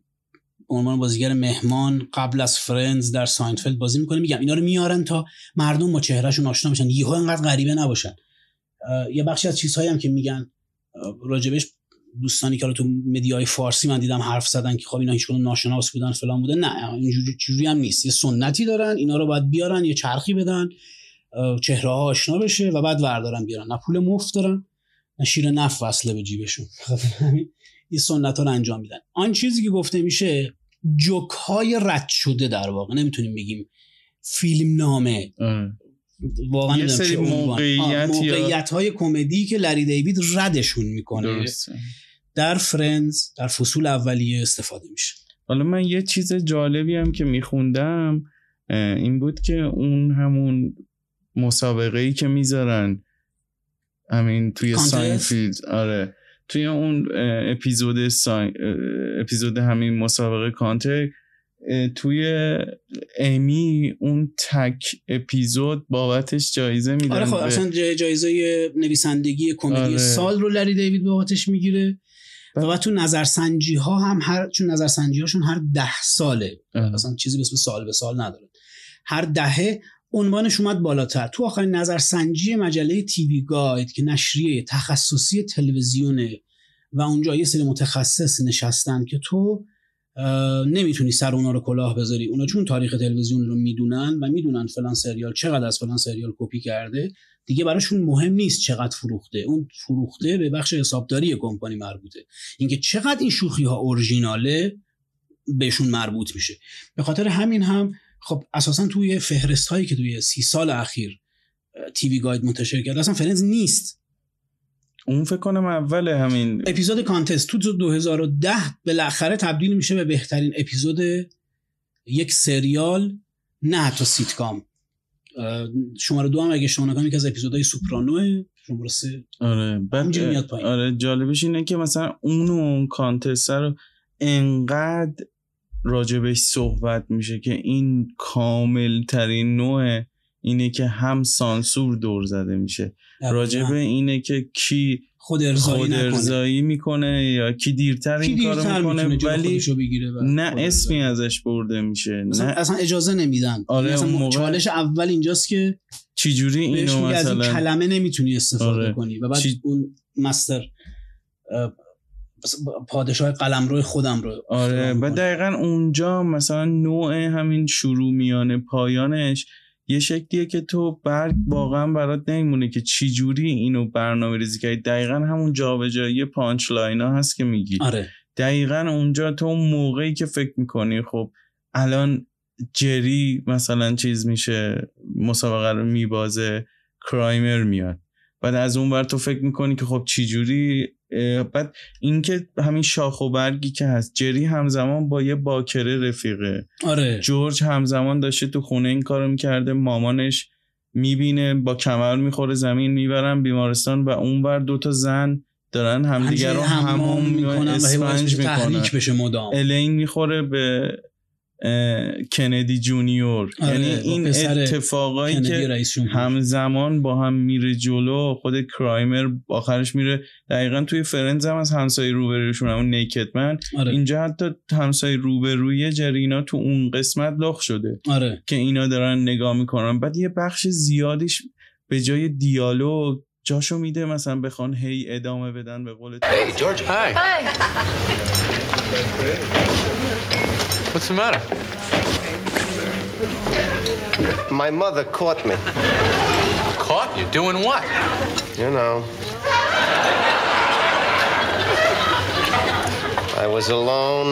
به عنوان بازیگر مهمان قبل از فرندز در ساینفلد بازی میکنه. میگم اینا رو میارن تا مردم با چهرهشون آشنا بشن، یهو انقدر غریبه نباشن. یه بخشی از چیزهایی هم که میگن راجبش دوستانی که تو مدیای فارسی من دیدم حرف زدن که خب اینا هیچ کدوم ناشناس بودن فلان بوده، نه اینجوری چیزی هم نیست. یه سنتی دارن، اینا رو باید بیارن یه چرخی بدن چهره ها آشنا بشه و بعد وردارن بیارن. نه پول مفت دارن نه شیر نف وصله به جیبشون، همین این سنت ها رو انجام میدن. آن چیزی که گفته میشه جوک های رد شده در واقع، نمیتونیم بگیم فیلم نامه، واقعا یه سری موقعیت موقعیت های کمدی که لری دیوید ردشون میکنه درسته. در فرندز در فصول اولیه استفاده میشه. حالا من یه چیز جالبی هم که میخوندم این بود که اون همون مسابقه‌ای که میذارن همین توی ساینفیلد، آره توی اون اپیزود ساین اپیزود همین مسابقه کانتر، توی امی اون تک اپیزود بابتش جایزه میدن. آره خب اصلا جایزه نویسندگی کمدی آره. سال رو لری دیوید بابتش میگیره و بعد تو نظرسنجی ها هم هر چون نظرسنجی هاشون هر ده ساله آره. اصلا چیزی به اسم سال به سال نداره، هر دهه عنوانش اومد بالاتر. تو آخرین نظرسنجی مجله تیوی گاید که نشریه تخصصی تلویزیونه و اونجا یه سری متخصص نشستن که تو نمیتونی سر اونا رو کلاه بذاری، اونا چون تاریخ تلویزیون رو میدونن و میدونن فلان سریال چقدر از فلان سریال کپی کرده، دیگه براشون مهم نیست چقدر فروخته، اون فروخته به بخش حسابداری کمپانی مربوطه، اینکه چقدر این شوخی ها اورجیناله بهشون مربوط میشه. به خاطر همین هم خب اساسا توی فهرست هایی که توی سی سال اخیر تیوی گاید منتشر کرده اصلا فرندز نیست. اون فکر کنم اول همین اپیزود کانتست تو دو هزار و ده بالاخره تبدیل میشه به بهترین اپیزود یک سریال، نه حتی سیتکام. شماره دو هم اگه اشتباه نکنم یکی از اپیزودهای سوپرانوه، شماره سه آره بعد میاد پایین. آره جالبش اینه که مثلا اون اون کانتست رو انقدر راجبش صحبت میشه که این کامل ترین نوع اینه که هم سانسور دور زده میشه راجب اینه که کی خود ارزایی, خود ارزایی میکنه یا کی دیرتر کی این دیرتر کارو میکنه، ولی نه اسمی ازش برده میشه، اصلا, نه اصلا اجازه نمیدن. آره اصلا موقع... چالش اول اینجاست که چجوری اینو مثلا از این کلمه نمیتونی استفاده آره. کنی و بعد چی... اون مستر پادشاه قلمرو خودم رو آره و دقیقاً اونجا مثلا نوع همین شروع میانه پایانش یه شکلیه که تو برگ واقعا برات نمیمونه که چی جوری اینو برنامه ریزی کردی. دقیقاً همون جابجایی پانچ لاینا هست که میگی آره. دقیقاً اونجا تو موقعی که فکر میکنی خب الان جری مثلا چیز میشه مسابقه رو میبازه، کرایمر میاد، بعد از اون ور تو فکر میکنی که خب چی جوری، بعد اینکه همین شاخ و برگی که هست، جری همزمان با یه باکره رفیقه آره. جورج همزمان داشته تو خونه این کارو میکرده، مامانش میبینه با کمر میخوره زمین، میبرن بیمارستان و اونور دوتا زن دارن همدیگر رو هموم میکنن، اسفنج میکنن، تحریک بشه مدام. الین میخوره به کندی جونیور. آره، یعنی این اتفاقایی که همزمان با هم میره جلو، خود کرایمر آخرش میره دقیقاً توی فرندز هم از همسایه روبروشون همون نیکدمن. آره. اینجا حتی همسایه روبروی جرینا تو اون قسمت لخ شده. آره. که اینا دارن نگاه میکنن، بعد یه بخش زیادیش به جای دیالوگ جاشو میده مثلا بخوان هی ادامه بدن به قول Hey George. Hi. Hi. What's the matter? My mother caught me. Caught you doing what? You know. I was alone.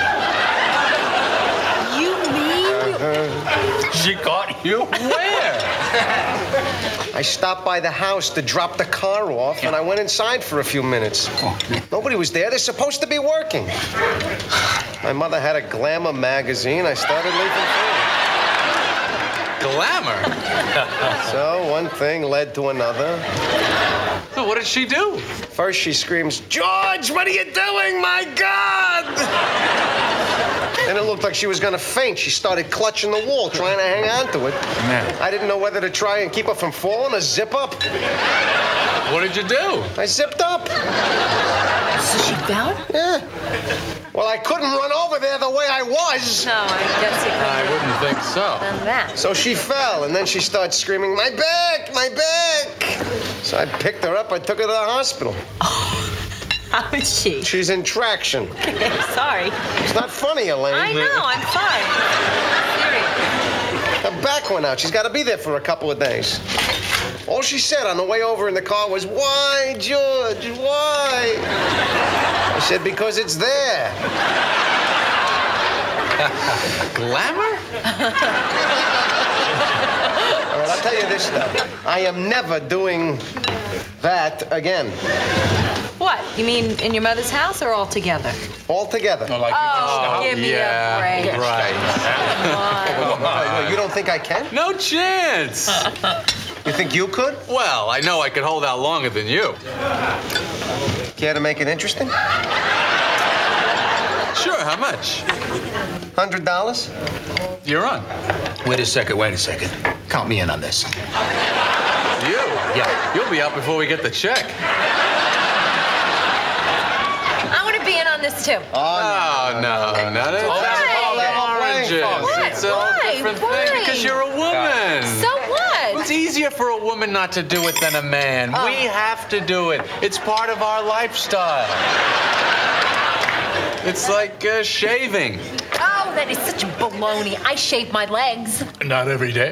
You mean? Uh-huh. She caught you? Where? I stopped by the house to drop the car off, and I went inside for a few minutes. Nobody was there. They're supposed to be working. My mother had a Glamour magazine. I started leaving through. Glamour? So one thing led to another. So what did she do? First she screams, George, what are you doing? My God! Then it looked like she was going to faint. She started clutching the wall, trying to hang on to it. Man. I didn't know whether to try and keep her from falling or zip up. What did you do? I zipped up. So she fell? Yeah. Well, I couldn't run over there the way I was. No, I guess you couldn't. I wouldn't think so. Done that. So she fell, and then she started screaming, my back, my back. So I picked her up. I took her to the hospital. How is she? She's in traction. Sorry. It's not funny, Elaine. I know, I'm fine. Serious. Her back went out. She's got to be there for a couple of days. All she said on the way over in the car was, why, George, why? I said, because it's there. Glamour? All right, I'll tell you this, though. I am never doing that again. What? You mean in your mother's house or all together? All together. Oh, like you can Oh, stop? give me yeah, a break. right. Come on. You don't think I can? No chance. You think you could? Well, I know I could hold out longer than you. Care to make it interesting? Sure, how much? Hundred dollars? You're on. Wait a second, wait a second. Count me in on this. You? Yeah. You'll be out before we get the check. I want to be in on this too. Oh, no, no, no. all That's level- all level oranges. playing field. What? It's a Why? different Why? thing because you're a woman. So what? It's easier for a woman not to do it than a man. Oh. We have to do it. It's part of our lifestyle. It's like uh, shaving. Oh, that is such a baloney. I shave my legs. Not every day.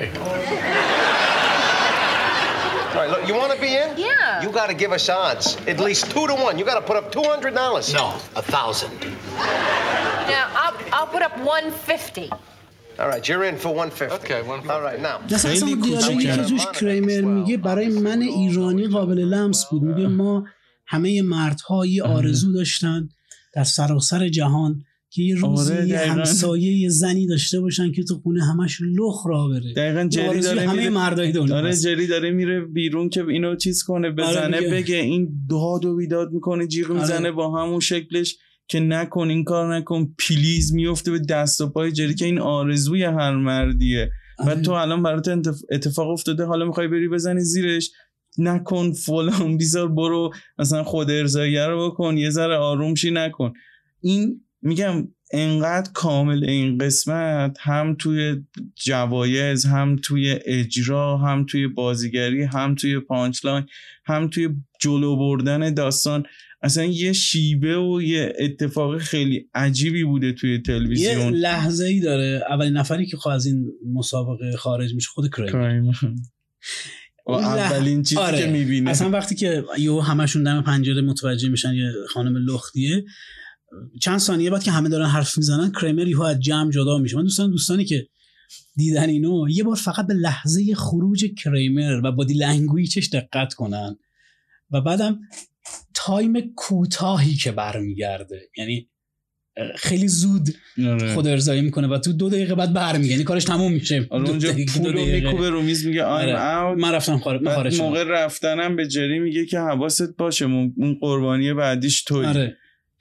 All right, look, you want to be in? Yeah. You got to give us odds. At least two to one. You got to put up two hundred dollars. No, a thousand. Now, I'll, I'll put up one fifty. All right, you're in for one fifty. Okay, one fifty. All right, now. مثلا اصلا خیلی دیالوگی که کوچیکه. توش کریمر میگه برای من ایرانی قابل لمس بود. میگه ما همه مردها یه آرزو داشتن در سراسر جهان که یه روزی آره، یه دقیقاً. همسایه یه زنی داشته باشن که تو خونه همش لخ را بره. دقیقاً این جری آرزوی داره همه میره مردای دنیا داره هست. جری داره میره بیرون که اینو چیز کنه بزنه میگه. بگه این داد و بیداد میکنه جیغ میزنه آره. با همون شکلش که نکن این کار نکن پلیز میفته به دست و پای جری که این آرزوی هر مردیه. آره. و تو الان برات اتفاق افتاده حالا میخوای بری بزنی زیرش نکن فلان بیزار برو مثلا خود ارضاییه رو بکن یه ذره آروم شی نکن. این میگم انقدر کامل این قسمت هم توی جوایز هم توی اجرا هم توی بازیگری هم توی پانچلاین هم توی جلو بردن داستان اصلا یه شیوه و یه اتفاق خیلی عجیبی بوده توی یه تلویزیون. لحظه ای داره اولین نفری که خود از این مسابقه خارج میشه خود کریمر. و اولین چیزی آره. که میبینه اصلا وقتی که یهو همشون دم پنجره متوجه میشن یه خانم لختیه چند ثانیه بعد که همه دارن حرف میزنن کریمر یهو از جمع جدا میشه. من دوستان دوستانی که دیدن اینو یه بار فقط به لحظه خروج کریمر و بادی لنگویجش دقت کنن و بعدم تایم کوتاهی که برمیگرده یعنی خیلی زود خود ارضایی میکنه و تو دو دقیقه بعد برمیگرده یعنی کارش تموم میشه. اونجا پولو میکوبه رو میز میگه I'm out. من رفتم خارج من خارج موقع رفتنم به جری میگه که حواست باشه اون قربانی بعدیش تویی. آره.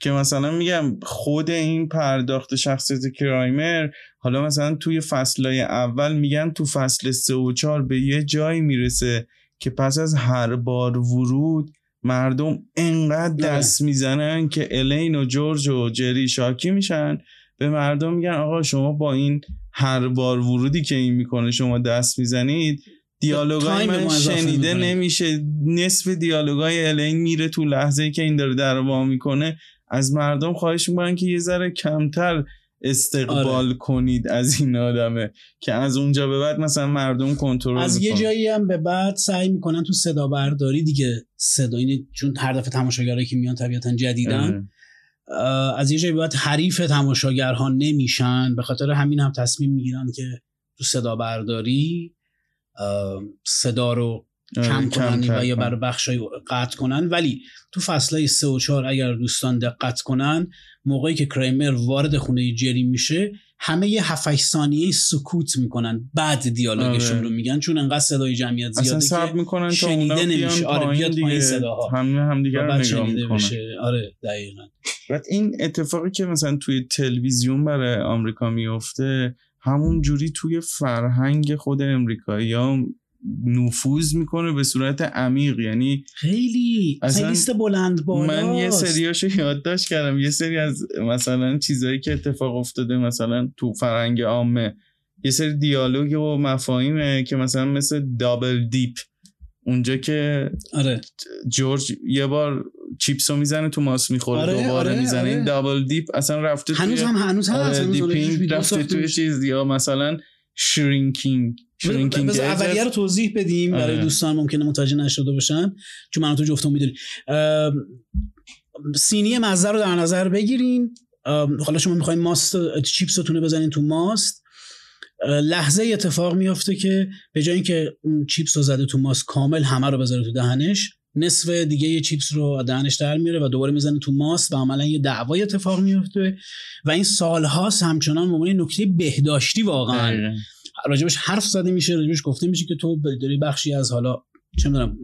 که مثلا میگم خود این پرداخت شخصیت کرایمر حالا مثلا توی فصلای اول میگن تو فصل سه و چهار به یه جایی میرسه که پس از هر بار ورود مردم انقدر دست میزنن که الین و جورج و جری شاکی میشن، به مردم میگن آقا شما با این هر بار ورودی که این میکنه شما دست میزنید، دیالوگای من شنیده نمیشه. نصف دیالوگای الین میره تو لحظه‌ای که این داره در وا میکنه. از مردم خواهش میکنن که یه ذره کمتر استقبال آره. کنید از این آدمه، که از اونجا به بعد مثلا مردم کنترل از میکنن. یه جایی هم به بعد سعی میکنن تو صدا برداری دیگه صدا این، چون هر دفعه تماشاگرایی که میان طبیعتا جدیدن اه. از یه جایی به بعد حریف تماشاگرها نمیشن، به خاطر همین هم تصمیم میگیرن که تو صدا برداری صدا رو کم کنن و یا بر بخشای قطع کنن. ولی تو فصلای سه و چهار اگر دوستان دقت کنن، موقعی که کرایمر وارد خونه جری میشه همه یه هفت هشت ثانیه سکوت میکنن، بعد دیالوگشون رو میگن، چون انقدر صدای جمعیت زیاده اصلا صبر میکنن تا اونا نمیشه. آره بیاد پایین صداها همه همدیگه رو نگاه میکنن. آره دقیقاً. بعد این اتفاقی که مثلا توی تلویزیون برای آمریکا میفته همون جوری توی فرهنگ خود امریکایی‌ها نفوذ میکنه به صورت عمیق. یعنی خیلی اصلا لیست بلند بالاست. من یه سریاشو یادداشت کردم، یه سری از مثلا چیزایی که اتفاق افتاده مثلا تو فرهنگ عامه، یه سری دیالوگ و مفاهیمه که مثلا مثل دابل دیپ، اونجا که آره جورج یه بار چیپسو میزنه تو ماست میخوره، آره، دوباره آره، میزنه. آره. این دابل دیپ اصلا رفته هنوز توی هم هنوز هم آره دیپینگ رفته توی چیز، یا مثلا شرینکینگ شرینکینگ. بذار اولیه رو توضیح بدیم برای آره. دوستان ممکنه متوجه نشده باشن، چون من تو جفتم میدونیم. سینی مزه رو در نظر بگیرین. حالا شما میخواین ماست چیپستون رو بزنین تو ماست، لحظه اتفاق میفته که به جای اینکه اون چیپس رو زده تو ماست کامل همه رو بذاره تو دهنش، نصف دیگه یه چیپس رو دهنش در میاره و دوباره میزنه تو ماست و عملا یه دعوای اتفاق میفته و این سالهاست همچنان به عنوان نکته بهداشتی واقعا راجبش حرف زده میشه، راجبش گفته میشه که تو داری بخشی از حالا چه میدونم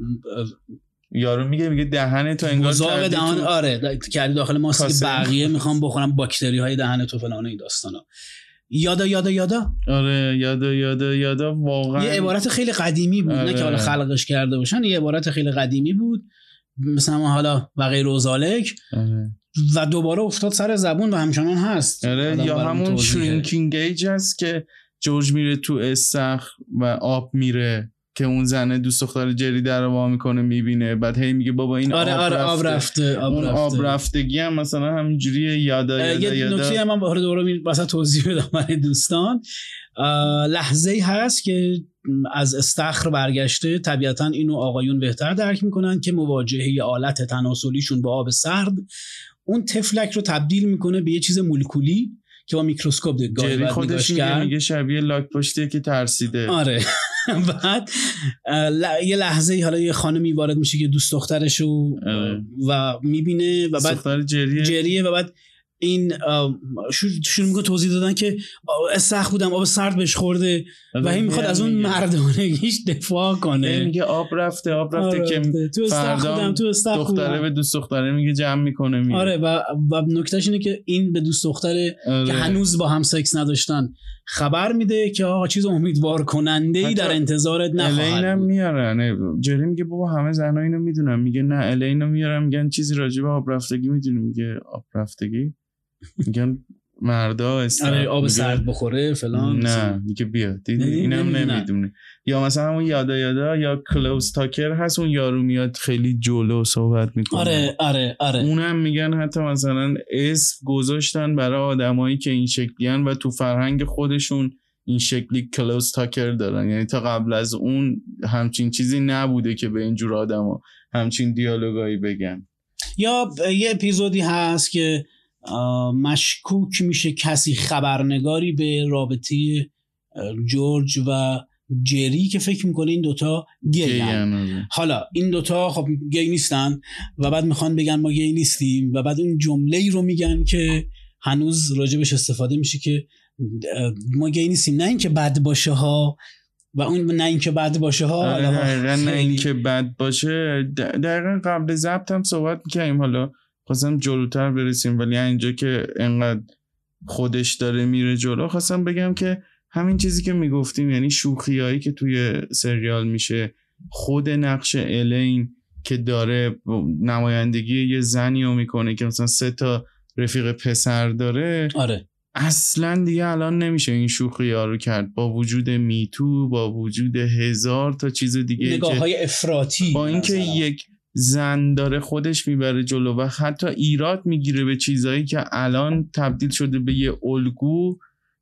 یارو میگه میگه دهن تو انگار کردی دهن تو آره کردی داخل ماست که بقیه میخوام بخورم باکتری های دهن تو فلان این داستانا. یادا یادا یادا آره یادا یادا یادا واقعا یه عبارت خیلی قدیمی بود. آره. نه که حالا خلقش کرده باشن، یه عبارت خیلی قدیمی بود مثلا حالا و غیر و ذالک. آره. و دوباره افتاد سر زبون و همچنان هست. آره. یا همون شرینکینگ ایج هست که جورج میره تو استخر و آب میره که اون زنه دوست دختر جری در وا میکنه میبینه، بعد هی میگه بابا این آره آب, آره رفته. آب رفته آب اون رفته. آب رفتگی هم مثلا همینجوری یادا یادا یه نکته هم من دوباره دوباره می واسه توضیح بدم برای دوستان. لحظه‌ای هست که از استخر برگشته، طبیعتا اینو آقایون بهتر درک میکنن که مواجهه آلت تناسلیشون با آب سرد اون تفلک رو تبدیل میکنه به یه چیز مولکولی که با میکروسکوپ دیگه جری خودش میگه میگه شبیه لاک پشتیه که ترسیده. آره. بعد یه لحظه حالا یه خانمی وارد میشه که دوست دخترشو و میبینه و بعد دختر جریه جریه و بعد این شروع میکنه توضیح دادن که استخر بودم آب سرد بهش خورده و این میخواد از اون مردانگیش دفاع کنه، میگه آب رفته آب رفته آره که تو استخر بودم تو استخر دختره به دوست دختره میگه جمع میکنه میگه. آره و, و نکتهش اینه که این به دوست دختره آره. که هنوز با هم سکس نداشتن خبر میده که آقا چیز امیدوار کننده ای در انتظارت نخواهد. الینم میارن، جری میگه بابا همه زنا اینو میدونن، میگه نه الینو میارن میگن چیزی راجع به آب رفتگی میدونی، میگه آب رفتگی میگن مردا استاره آب سرد بخوره فلان نه میگه بیا دیدی اینم نمیدونه. یا مثلا همون یادا یادا یا کلوز تاکر هست، اون یارو میاد خیلی جلو صحبت میکنه. آره آره آره اونم میگن حتی مثلا اسم گذاشتن برای آدمایی که این شکلیان و تو فرهنگ خودشون این شکلی کلوز تاکر دارن، یعنی تا قبل از اون همچین چیزی نبوده که به اینجور آدما همچین دیالوگایی بگن. یا یه اپیزودی هست که مشکوک میشه کسی خبرنگاری به رابطه جورج و جری که فکر میکنه این دوتا گی هن. حالا این دوتا خب گی نیستن و بعد میخوان بگن ما گی نیستیم و بعد اون جمله‌ای رو میگن که هنوز راجبش استفاده میشه که ما گی نیستیم، نه اینکه بد باشه ها و اون نه اینکه بد باشه ها. دقیقا نه اینکه بد باشه. دقیقا قبل ضبط هم صحبت میکنیم، حالا خواستم جلوتر برسیم، ولی اینجا که انقدر خودش داره میره جلو، خواستم بگم که همین چیزی که میگفتیم، یعنی شوخیایی که توی سریال میشه، خود نقش الین که داره نمایندگی یه زنی رو میکنه که مثلا سه تا رفیق پسر داره، آره اصلا دیگه الان نمیشه این شوخی ها رو کرد، با وجود میتو، با وجود هزار تا چیز دیگه، نگاه های افراطی، با اینکه یک زن داره خودش میبره جلو و حتی ایراد میگیره به چیزایی که الان تبدیل شده به یه الگو،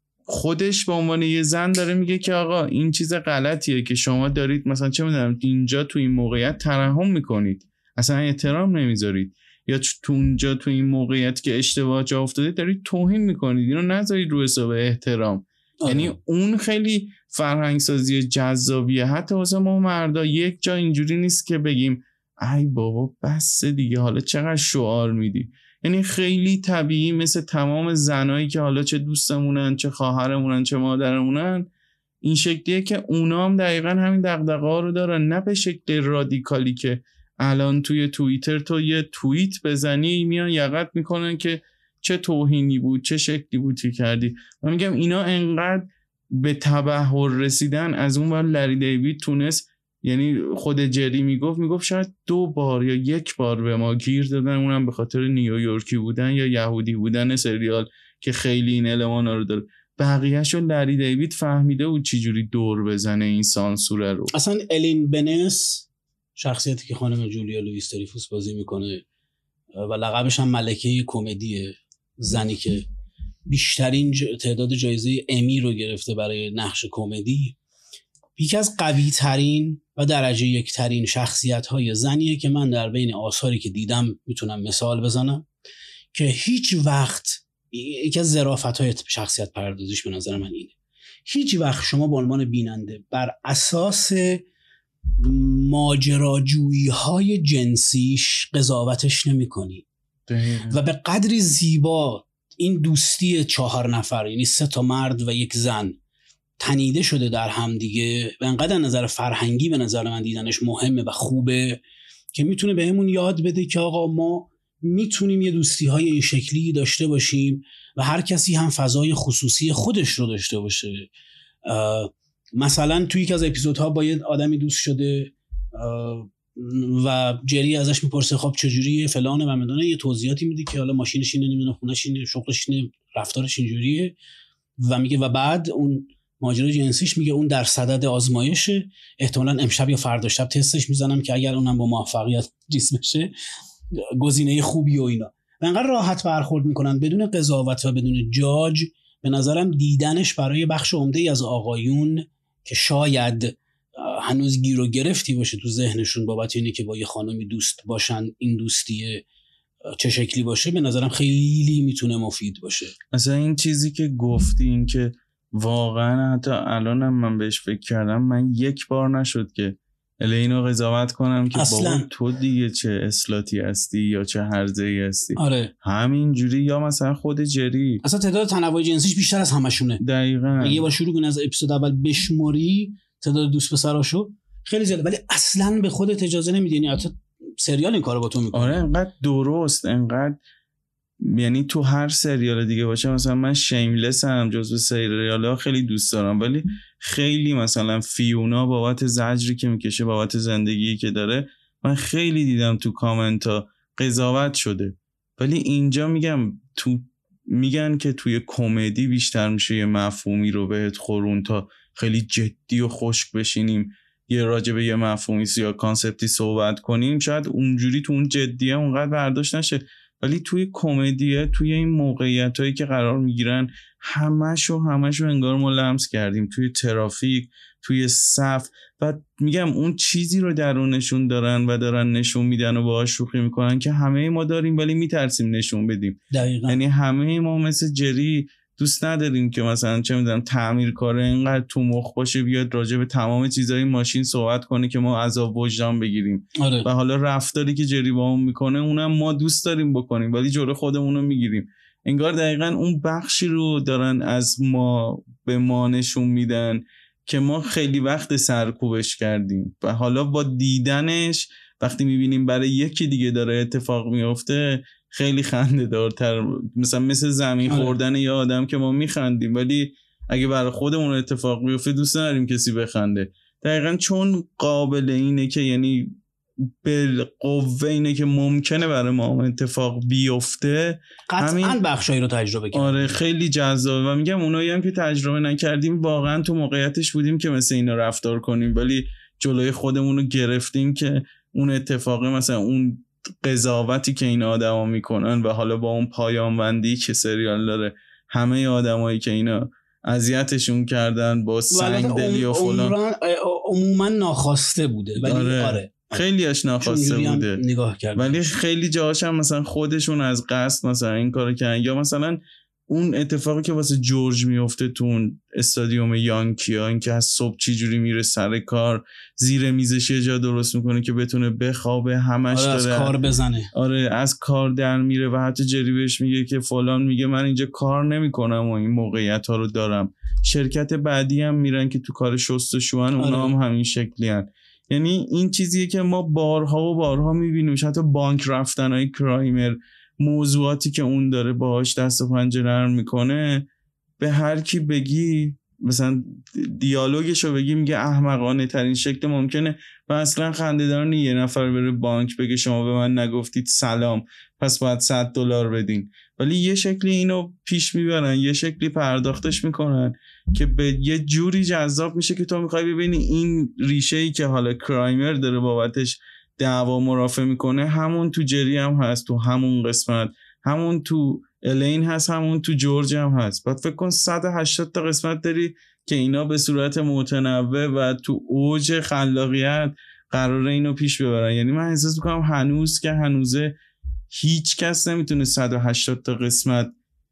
خودش به عنوان یه زن داره میگه که آقا این چیز غلطیه که شما دارید مثلا چه میدونم اینجا تو این موقعیت ترحم میکنید، اصلا احترام نمیذارید، یا تو اونجا تو این موقعیت که اشتباه جا افتاده دارید توهین میکنید، اینو نذارید رو حساب احترام. آه. یعنی اون خیلی فرهنگ سازی جذابیه، حتی واسه ما مردا یک جا اینجوری نیست که بگیم ای بابا بس دیگه حالا چقدر شعار میدی. یعنی خیلی طبیعی مثل تمام زنایی که حالا چه دوستمونن، چه خواهرمونن، چه مادرمونن، این شکلیه که اونا هم دقیقا همین دغدغه‌ها رو دارن، نه به شکل رادیکالی که الان توی توییتر تو یه توییت بزنی میان یقت میکنن که چه توهینی بود، چه شکلی بود که کردی. من میگم اینا انقدر به تبحر رسیدن، از اون ور لری دیوید تونست، یعنی خود جری میگفت میگفت شاید دو بار یا یک بار به ما گیر دادن، اونم به خاطر نیویورکی بودن یا یهودی بودن سریال که خیلی این المانا رو داره. بقیه‌شو لری دیوید فهمیده بود چی جوری دور بزنه این سانسوره رو. اصلا الین بنس، شخصیتی که خانم جولیا لوئیس دریفوس بازی میکنه و لقبش هم ملکه کمدیه، زنی که بیشترین ج... تعداد جایزه امی رو گرفته برای نقش کمدی، یکی از قوی ترین و درجه یک ترین شخصیت های زنیه که من در بین آثاری که دیدم میتونم مثال بزنم که هیچ وقت، یکی از ظرافت های شخصیت پردازیش به نظر من اینه، هیچ وقت شما به عنوان بیننده بر اساس ماجراجویی های جنسیش قضاوتش نمی کنی و به قدری زیبا این دوستی چهار نفر، یعنی سه تا مرد و یک زن تنیده شده در هم دیگه و انقدر نظر فرهنگی به نظر من دیدنش مهمه و خوبه که میتونه بهمون یاد بده که آقا ما میتونیم یه دوستی های این شکلی داشته باشیم و هر کسی هم فضای خصوصی خودش رو داشته باشه. مثلا توی یک از اپیزودها با یه آدمی دوست شده و جری ازش میپرسه خب چجوریه فلانه و مدانه، یه توضیحاتی میده که حالا ماشینش اینه، نمیدونه خونش اینه، شغلش اینه، رفتارش اینجوریه و میگه و بعد اون ماجرای جنسیش میگه اون در صدد آزمایشه، احتمالاً امشب یا فردا شب تستش میزنم که اگر اونم با موفقیت ریس بشه گزینه خوبی و اینا. و انقدر راحت برخورد میکنن بدون قضاوت و بدون جاج. به نظرم دیدنش برای بخش عمده‌ای از آقایون که شاید هنوز گیر و گرفتی باشه تو ذهنشون بابت اینه که با یه خانمی دوست باشن، این دوستی چه شکلی باشه، به نظرم خیلی میتونه مفید باشه. مثلا این چیزی که گفتی، این که واقعا حتی الانم من بهش فکر کردم، من یک بار نشد که الینو قضاوت کنم که اصلاً. بابا تو دیگه چه اصلاتی هستی یا چه هرزه‌ای هستی. آره همین جوری. یا مثلا خود جری اصلا تعداد تنوع جنسیش بیشتر از همشونه. دقیقاً. یه با شروع کنی از اپیزود اول بشماری تعداد دوست پسراشو خیلی زیاده، ولی اصلا به خودت اجازه نمیدی، یعنی حتی سریال این کارو با تو میکنه. آره انقدر درست، انقدر، یعنی تو هر سریال دیگه باشه، مثلا من شیملس هم جزو سریال‌ها خیلی دوست دارم، ولی خیلی مثلا فیونا بابت زجری که میکشه، بابت زندگی که داره، من خیلی دیدم تو کامنت ها قضاوت شده. ولی اینجا میگم تو میگن که توی کمدی بیشتر میشه یه مفهومی رو بهت خورون تا خیلی جدی و خشک بشینیم یه راجبه یه مفهومی یا کانسپتی صحبت کنیم، شاید اونجوری تو اون جدیه اونقدر برداشت نشه. ولی توی کمدیه، توی این موقعیتایی که قرار میگیرن، همشو همشو انگار ما لمس کردیم، توی ترافیک، توی صف، و میگم اون چیزی رو درونشون دارن و دارن نشون میدن و باهاش شوخی میکنن که همه ما داریم ولی میترسیم نشون بدیم. دقیقاً. یعنی همه ما مثل جری دوست نداریم که مثلا چه میدونم تعمیرکاره اینقدر تو مخ باشه بیاد راجع به تمام چیزای ماشین صحبت کنه که ما عذاب وجدان بگیریم. آره. و حالا رفتاری که جری با اون میکنه اونم ما دوست داریم بکنیم ولی جلوی خودمون رو میگیریم. انگار دقیقاً اون بخشی رو دارن از ما به ما نشون میدن که ما خیلی وقت سرکوبش کردیم و حالا با دیدنش وقتی میبینیم برای یکی دیگه داره اتفاق میفته خیلی خنده دارتر، مثلا مثل زمین خوردن یه آدم که ما میخندیم ولی اگه برای خودمون اتفاق بیفته دوست نداریم کسی بخنده. دقیقاً چون قابل اینه که یعنی بالقوه اینه که ممکنه برای ما اتفاق بیفته، قطعاً بخشایی رو تجربه کردیم. آره خیلی جذابه و میگم اونایی هم که تجربه نکردیم واقعا تو موقعیتش بودیم که مثل اینا رفتار کنیم ولی جلوی خودمون رو گرفتیم که اون اتفاقه، مثلا اون قضاوتی که این آدما میکنن و حالا با اون پایان‌بندی که سریال داره همه آدمایی که اینا اذیتشون کردن با سنگ دلی و فلان عموما ناخواسته بوده ولی آره, آره. خیلی اش ناخواسته بوده نگاه کردن. ولی خیلی جاهاش هم مثلا خودشون از قصد مثلا این کارو کردن. یا مثلا اون اتفاقی که واسه جورج میفته تو اون استادیوم یانکیا، این که از صبح چی جوری میره سر کار زیر میزش یه جا درست میکنه که بتونه بخوابه، همش آره داره از کار بزنه، آره از کار در میره و حتی جری بهش میگه که فلان، میگه من اینجا کار نمیکنم و این موقعیت ها رو دارم. شرکت بعدی هم میرن که تو کار شستشوان آره. اونا هم همین شکلی هن. یعنی این چیزیه که ما بارها و بارها میبینیم، حتی بانک رفتن های کرایمر، موضوعاتی که اون داره باهاش دست و پنجه نرم میکنه، به هر کی بگی مثلا دیالوگشو بگی میگه احمقانه ترین شکل ممکنه و اصلا خنده‌دار نیست. یه نفر بره بانک بگه شما به من نگفتید سلام پس باید صد دلار بدین، ولی یه شکلی اینو پیش میبرن، یه شکلی پرداختش میکنن که به یه جوری جذاب میشه که تو میخوای ببینی این ریشه‌ای که حالا کرایمر داره بابتش دعوا مرافع میکنه همون تو جری هم هست، تو همون قسمت همون تو الین هست، همون تو جورج هم هست. بعد فکر کن صد و هشتاد تا قسمت داری که اینا به صورت متنوع و تو اوج خلاقیت قراره اینو پیش ببرن. یعنی من احساس میکنم هنوز که هنوزه هیچ کس نمیتونه صد و هشتاد تا قسمت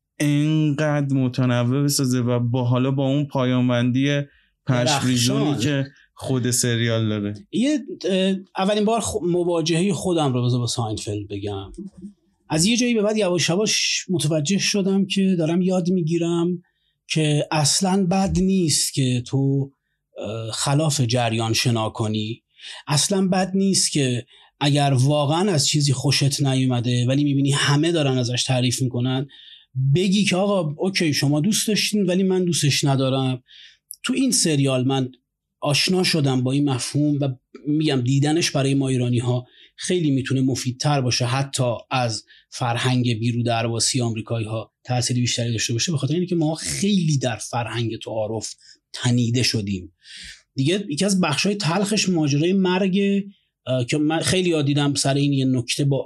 اینقدر متنوع بسازه و با حالا با اون پایان‌بندی پشریزونی که خود سریال داره. یه اولین بار مواجهه خودم رو بذار با ساینفلد بگم. از یه جایی به بعد یواش یواش متوجه شدم که دارم یاد میگیرم که اصلاً بد نیست که تو خلاف جریان شنا کنی، اصلاً بد نیست که اگر واقعاً از چیزی خوشت نیومده ولی میبینی همه دارن ازش تعریف میکنن بگی که آقا اوکی شما دوست داشتین ولی من دوستش ندارم. تو این سریال من آشنا شدم با این مفهوم و میگم دیدنش برای ما ایرانی ها خیلی میتونه مفیدتر باشه حتی از فرهنگ بیرو درواسی آمریکایی ها تأثیری بیشتری داشته باشه، به خاطر اینکه ما خیلی در فرهنگ تعارف تنیده شدیم دیگه. یکی از بخشای تلخش ماجرای مرگ که من خیلی یاد دیدم سر این یه نکته با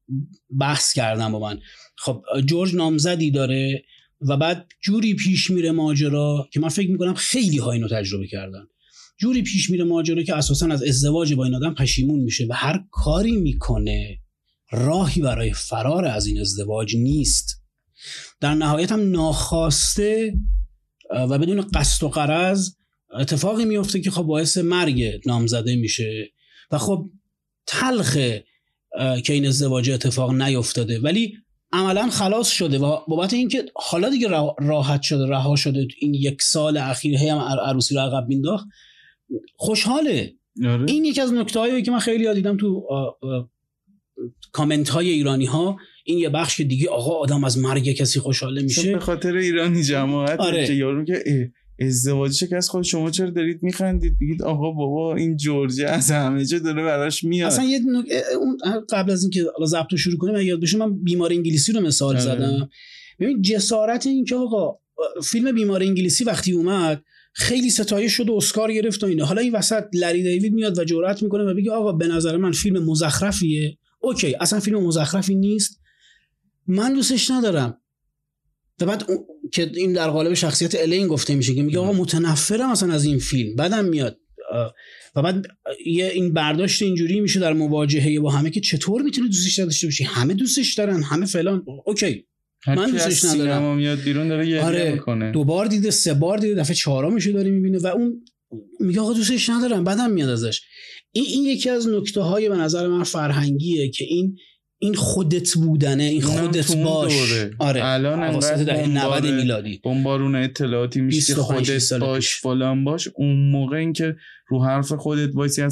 بحث کردم با من. خب جورج نامزدی داره و بعد جوری پیش میره ماجرا که من فکر میکنم خیلی ها اینو تجربه کردن، جوری پیش میره ماجرا که اساسا از ازدواج با این آدم پشیمون میشه و هر کاری میکنه راهی برای فرار از این ازدواج نیست. در نهایت هم ناخواسته و بدون قصد و غرض اتفاقی میفته که خب باعث مرگ نامزده میشه و خب تلخه که این ازدواج اتفاق نیفتاده ولی عملا خلاص شده و بابت اینکه حالا دیگه راحت شده، رها شده، این یک سال اخیر هم عروسی رو عقب مینداخت، خوشحاله. آره. این یکی از نکته‌هایی که من خیلی یاد دیدم تو کامنت های ایرانی ها، این یه بخش که دیگه آقا آدم از مرگ کسی خوشحاله میشه به خاطر ایرانی جماعت. آره. که یارو که ازدواج شکست خود شما چرا دارید میخندید، بگید آقا بابا این جورج از همه جا داره براش میاد. اصلا یه نک... اون قبل از اینکه حالا ضبط شروع کنیم من یاد بشه من بیمار انگلیسی رو مثال آره. زدم. ببین جسارت این که آقا فیلم بیمار انگلیسی وقتی اومد خیلی ستایش شد و اسکار گرفت و اینا، حالا این وسط لری دیوید میاد و جرأت میکنه و بگه آقا به نظر من فیلم مزخرفیه. اوکی اصلا فیلم مزخرفی نیست، من دوستش ندارم. و بعد که این در قالب شخصیت الین گفته میشه که میگه آقا متنفرم اصلا از این فیلم، بعدم میاد و بعد یه این برداشت اینجوری میشه در مواجهه با همه که چطور میتونی دوستش داشته باشی، همه دوستش دارن، همه فلان. اوکی من دوستش ندارم. سینما میاد بیرون داره یه آره میکنه، دو بار دیده، سه بار دیده، دفعه چهارمشو داره میبینه و اون میگه آقا دوستش ندارم، بعدم میاد ازش. این این یکی از نکته های به نظر من فرهنگیه که این این خودت بودنه، این خودت باش. آره الان انقدر دهه نود میلادی بمبارون اطلاعاتی میشه که خودت باش فلان باش. اون موقع این که رو حرف خودت وایسی اصلا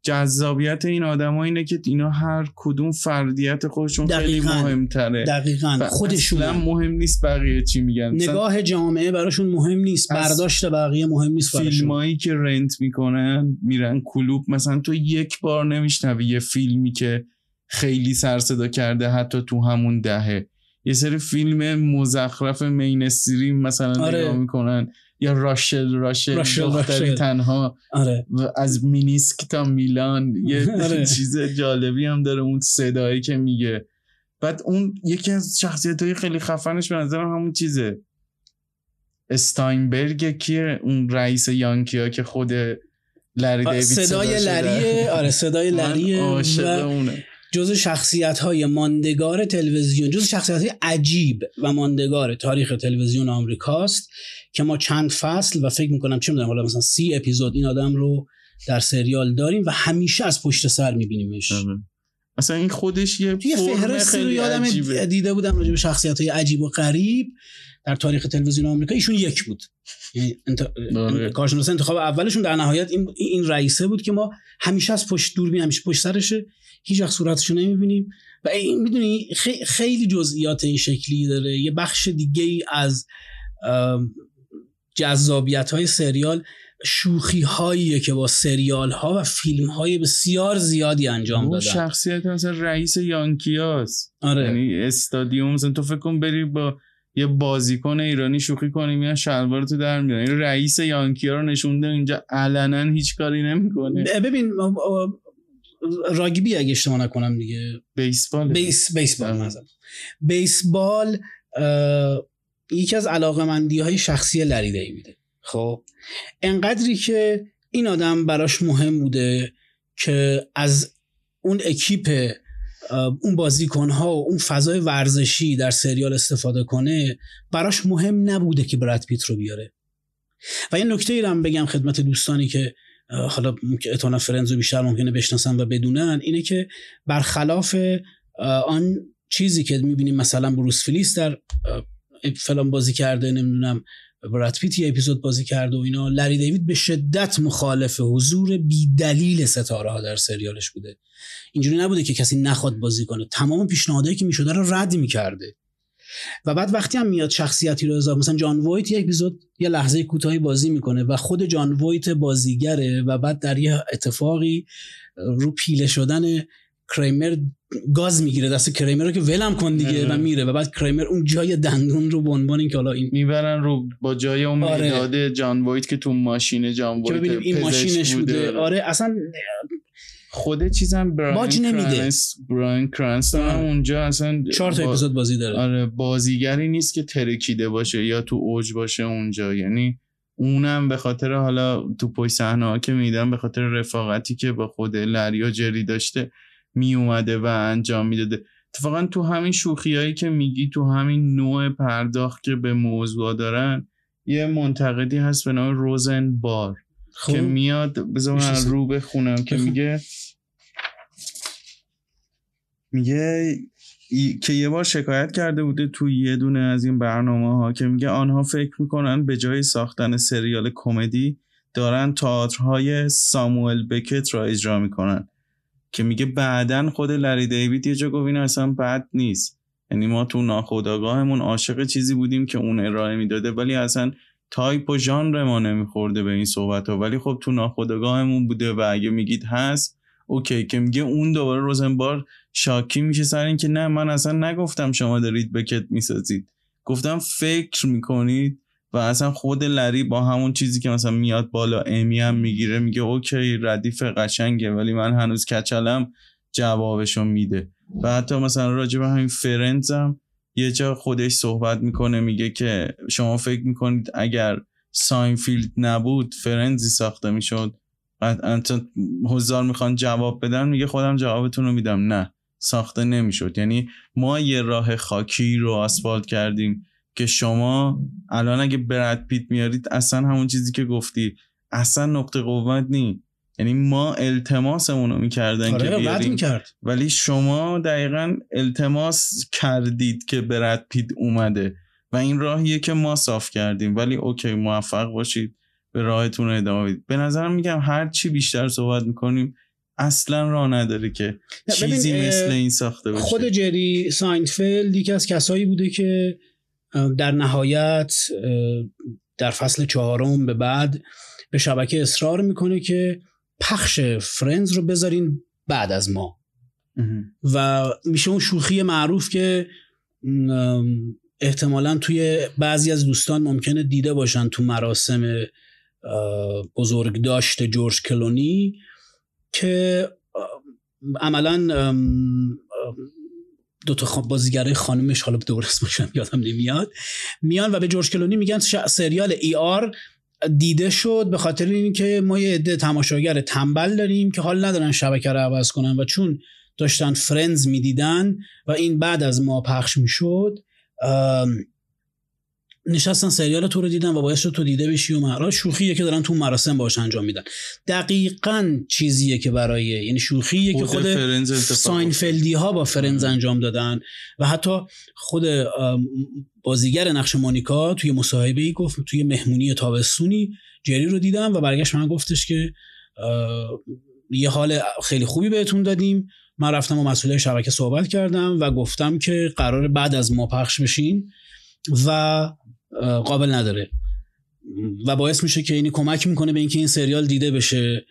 جذابیت این آدما اینه که اینا هر کدوم فردیت خودشون خیلی مهمتره. دقیقاً خودشون اصلا مهم نیست بقیه چی میگن، نگاه جامعه براشون مهم نیست، برداشت بقیه مهم نیست براشون. فیلمایی که رنت میکنن میرن کلوب، مثلا تو یک بار نمیشنوی یه فیلمی که خیلی سر صدا کرده حتی تو همون دهه. یه سری فیلم مزخرف مینستریم مثلا آره. نگاه میکنن، یا راشل راشل, راشل دختری راشل. تنها آره. و از مینیسک تا میلان یه آره. چیز جالبی هم داره اون صدایی که میگه. بعد اون یکی از شخصیت‌های خیلی خفنش به نظرم همون چیزه، استاینبرگ که اون رئیس یانکیا که خود لری دیوید صدای لریه. آره صدای لریه و جزو شخصیت‌های ماندگار تلویزیون، جزو شخصیت‌های عجیب و ماندگار تاریخ تلویزیون آمریکاست که ما چند فصل و فکر می‌کنم چه می‌دونم حالا مثلا سی اپیزود این آدم رو در سریال داریم و همیشه از پشت سر می‌بینیمش. اصلا این خودش یه فهرستی رو یادم دیده بودم راجع به شخصیت‌های عجیب و غریب در تاریخ تلویزیون آمریکا. ایشون یک بود، یعنی انت... کارشناس انتخاب اولشون در نهایت این این رئیسه بود که ما همیشه از پشت دوربین، همیشه پشت سرشه، هیچ وقت صورتشو نمیبینیم و این میدونی خی... خیلی جزئیات این شکلی داره. یه بخش دیگه ای از جذابیت‌های سریال شوخی هایی که با سریال ها و فیلم های بسیار زیادی انجام دادن. شخصیت مثلا رئیس یانکیاس، آره. یعنی استادیوم مثلا تو فکر کن بری با یه بازیکن ایرانی شوخی کنی میان شلوارتو در میارن، این رئیس یانکیا رو نشونده اینجا علنا هیچ کاری نمیکنه. ببین راگبی اگه اشتباه نکنم دیگه، بیسبال بیس بیسبال مثلا بیسبال یکی از علاقه‌مندی‌های شخصی لری دیویده. خب انقدری که این آدم براش مهم بوده که از اون اکیپ اون بازیکن‌ها و اون فضای ورزشی در سریال استفاده کنه، براش مهم نبوده که براد پیت رو بیاره. و یه نکته ای رو هم بگم خدمت دوستانی که حالا اتونا فرندز رو بیشتر ممکنه بشناسن و بدونن، اینه که برخلاف آن چیزی که می‌بینیم مثلا بروس ویلیس در فلان بازی کرده، نمیدونم براد پیت یه اپیزود بازی کرده و اینا، لری دیوید به شدت مخالف حضور بی‌دلیل ستاره‌ها در سریالش بوده. اینجوری نبوده که کسی نخواد بازی کنه، تمام پیشنهادایی که میشده رو رد می‌کرده. و بعد وقتی هم میاد شخصیتی رو اضافه، مثلا جان وایت یه اپیزود یه لحظه کوتاهی بازی میکنه و خود جان وایت بازیگره و بعد در یه اتفاقی رو پیله شدن کریمر گاز میگیره دست کریمر رو که ولم کن دیگه و میره و بعد کریمر اون جای دندون رو به عنوان اینکه حالا این میبرن رو با جای اون آره. مداد جان وایت که تو ماشین جان وایت ببینیم این ماشینش بوده. آره اصلا خود چیزم باج نمیده. براین کرانستون اونجا اصلا چهار تا اپیزود بازی داره. آره بازیگری نیست که ترکیده باشه یا تو اوج باشه اونجا، یعنی اونم به خاطر حالا تو پشت صحنه‌ها که میدن به خاطر رفاقتی که با خود لری و جری داشته می اومده و انجام میداده. اتفاقا تو همین شوخیایی که میگی، تو همین نوع پرداخت که به موضوع دارن، یه منتقدی هست به نام روزن بار که میاد بذار من رو بخونم که میگه میگه ای... که یه بار شکایت کرده بوده توی یه دونه از این برنامه ها که میگه آنها فکر میکنن به جای ساختن سریال کمدی دارن تئاترهای ساموئل بکت را اجرا میکنن، که میگه بعدن خود لری دیوید یه جا گفت این اصلا بد نیست، یعنی ما تو ناخودآگاهمون عاشق چیزی بودیم که اون ارائه میداده ولی اصلا تایپ و ژانر ما نمیخورده به این صحبت ها، ولی خب تو ناخودآگاهمون بوده و اگه میگید هست اوکی. که میگه اون دوباره روزنبار شاکی میشه سر این که نه من اصلا نگفتم شما دارید بکت میسازید، گفتم فکر میکنید. و اصلا خود لری با همون چیزی که مثلا میاد بالا امی هم میگیره میگه اوکی ردیف قشنگه ولی من هنوز کچلم جوابشو میده. و حتی مثلا راجع به همین فرندز هم یه جا خودش صحبت میکنه، میگه که شما فکر میکنید اگر ساینفیلد نبود فرندزی ساخته میشد؟ قطعا حضار میخوان جواب بدن، میگه خودم جوابتون رو میدم نه ساخته نمیشد. یعنی ما یه راه خاکی رو آسفالت کردیم که شما الان اگه براد پیت میارید اصلا همون چیزی که گفتی اصلا نقطه قوت نی، یعنی ما التماسمون رو میکردن که بیاریم ولی شما دقیقاً التماس کردید که براد پیت اومده و این راهیه که ما صاف کردیم. ولی اوکی موفق باشید، به راهتون رو ادامه بدید. به نظرم میگم هر چی بیشتر صحبت میکنیم اصلا راه نداره که چیزی مثل این ساخته بشه. خود جری ساینفلد یکی از کسایی بوده که در نهایت در فصل چهارم به بعد به شبکه اصرار میکنه که پخش فرندز رو بذارین بعد از ما و میشه اون شوخی معروف که احتمالاً توی بعضی از دوستان ممکنه دیده باشن تو مراسم بزرگداشت جورج کلونی که عملاً دو تا بازیگرای خانمش، حالا دوباره اسمشون یادم نمیاد، میان و به جورج کلونی میگن سریال ای آر دیده شد به خاطر اینکه ما یه عده تماشاگر تنبل داریم که حال ندارن شبکه رو عوض کنن و چون داشتن فرندز میدیدن و این بعد از ما پخش میشد نشستن سریال تو رو دیدن و باعث شد تو دیده بشی و مرا شوخیه که دارن تو مراسم باش انجام میدن. دقیقاً چیزیه که برای یعنی شوخیه که خود ساینفلدی ها با فرندز انجام دادن و حتی خود بازیگر نقش مونیکا توی مصاحبه‌ای گفت توی مهمونی تابستونی جری رو دیدم و برگشت من گفتش که یه حال خیلی خوبی بهتون دادیم. من رفتم با مسئول شبکه صحبت کردم و گفتم که قرار بعد از ما پخش بشین و قابل نداره و باعث میشه که اینی کمک میکنه به اینکه این سریال دیده بشه.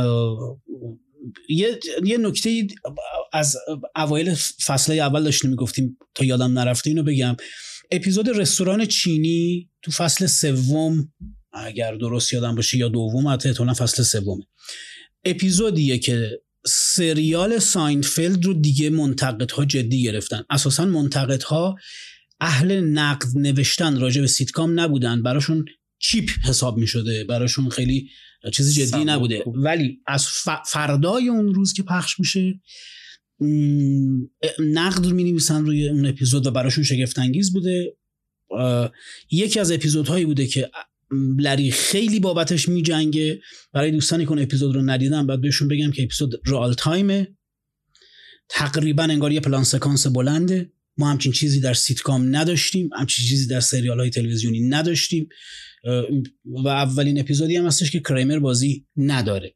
یه یه نکته از اوایل فصل اول داشتیم میگفتیم تا یادم نرفته اینو بگم. اپیزود رستوران چینی تو فصل سوم اگر درست یادم باشه یا دوم، حتی احتمالاً فصل سومه، اپیزودیه که سریال ساینفلد رو دیگه منتقدها جدی گرفتن. اساساً منتقدها اهل نقد نوشتن راجع به سیتکام نبودن، براشون چیپ حساب می شده، براشون خیلی چیزی جدی نبوده. ولی از فردای اون روز که پخش میشه نقد رو می نویسن روی اون اپیزود و براشون شگفت انگیز بوده. یکی از اپیزودهایی بوده که لری خیلی بابتش می جنگه. برای دوستانی که اون اپیزود رو ندیدن باید بهشون بگم که اپیزود رئال تایمه، تقریبا انگار یه پلان سکانس بلنده. ما همچین چیزی در سیتکام نداشتیم، همچین چیزی در سریال های تلویزیونی نداشتیم و اولین اپیزودی هم هستش که کریمر بازی نداره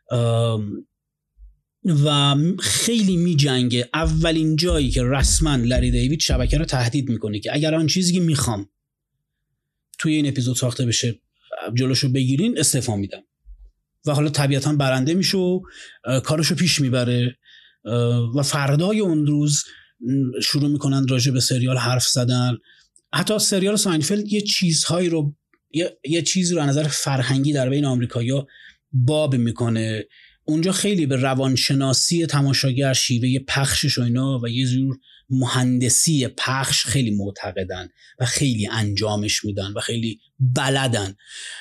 و خیلی می جنگه. اولین جایی که رسما لری دیوید شبکه رو تهدید میکنه که اگر آن چیزی که میخوام توی این اپیزود ساخته بشه جلوشو بگیرین استعفا میدم و حالا طبیعتا برنده میشه و کارشو پیش میبره و فردای اون روز شروع میکنن راجع به سریال حرف زدن. حتی سریال ساینفلد یه چیزهایی رو یه, یه چیزی رو از نظر فرهنگی در بین آمریکایی‌ها باب میکنه. اونجا خیلی به روانشناسی تماشاگر، شیوه پخشش و اینا و یه جور مهندسی پخش خیلی معتقدن و خیلی انجامش میدن و خیلی بلدن.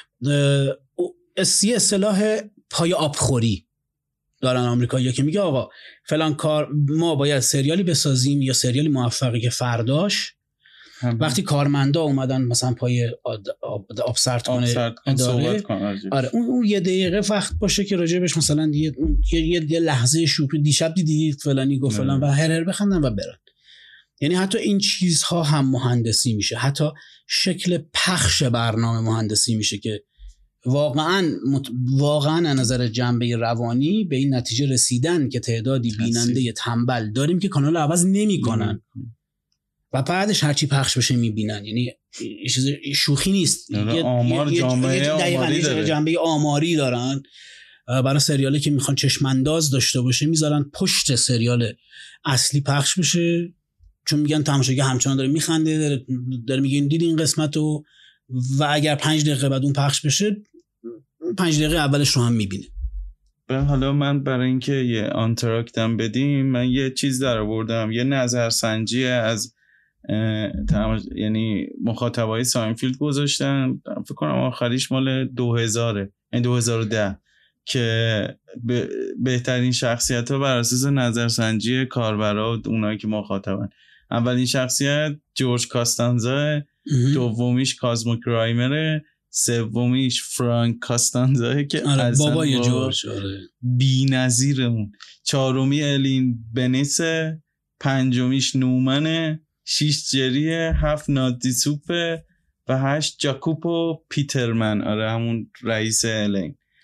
یه اصطلاح پای آبخوری دارن آمریکایی‌ها که میگه آقا فلان کار ما باید سریالی بسازیم یا سریالی موفقی که فرداش هم. وقتی کارمندا اومدن مثلا پای آبسردخانه اداره، آره اون, اون یه دقیقه وقت باشه که راجبش مثلا یه, یه, یه لحظه شوخی دیشب دیدی فلانی گفت فلان و هر هر بخندن و برن. یعنی حتی این چیزها هم مهندسی میشه، حتی شکل پخش برنامه مهندسی میشه که واقعا واقعا از نظر جنبه روانی به این نتیجه رسیدن که تعدادی بیننده تنبل داریم که کانال عوض نمی‌کنن و بعدش هرچی پخش بشه میبینن. یعنی چیز شوخی نیست، یه آمار جامعه آماری داره، جنبه آماری دارن. برای سریالی که میخوان چشم انداز داشته باشه میذارن پشت سریال اصلی پخش بشه، چون میگن تماشاگر همچنان داره میخنده، داره, داره میگه دیدی این قسمتو و اگر پنج دقیقه بعد اون پخش بشه پنج دقیقه اولش رو هم میبینه. حالا من برای اینکه یه آنتراکتم بدیم من یه چیز در آوردم، یه نظرسنجی از تماش... یعنی مخاطبای ساینفیلد گذاشتن، فکر کنم آخریش مال دو هزاره، یعنی دو هزار و ده، که ب... بهترین شخصیت ها بر اساس نظرسنجی کاربرا اونایی که مخاطبن. اولین شخصیت جورج کاستانزا، دومیش کازمو کرایمره، سومیش فرانک کاستانزا که آره بابای جورج آره بی‌نظیرمون، چهارمی الین بنیس، پنجمیش نومنه، شش جریه، هفت نادی سوپه و هشت جاکوپو پیترمن، آره همون رئیس الین.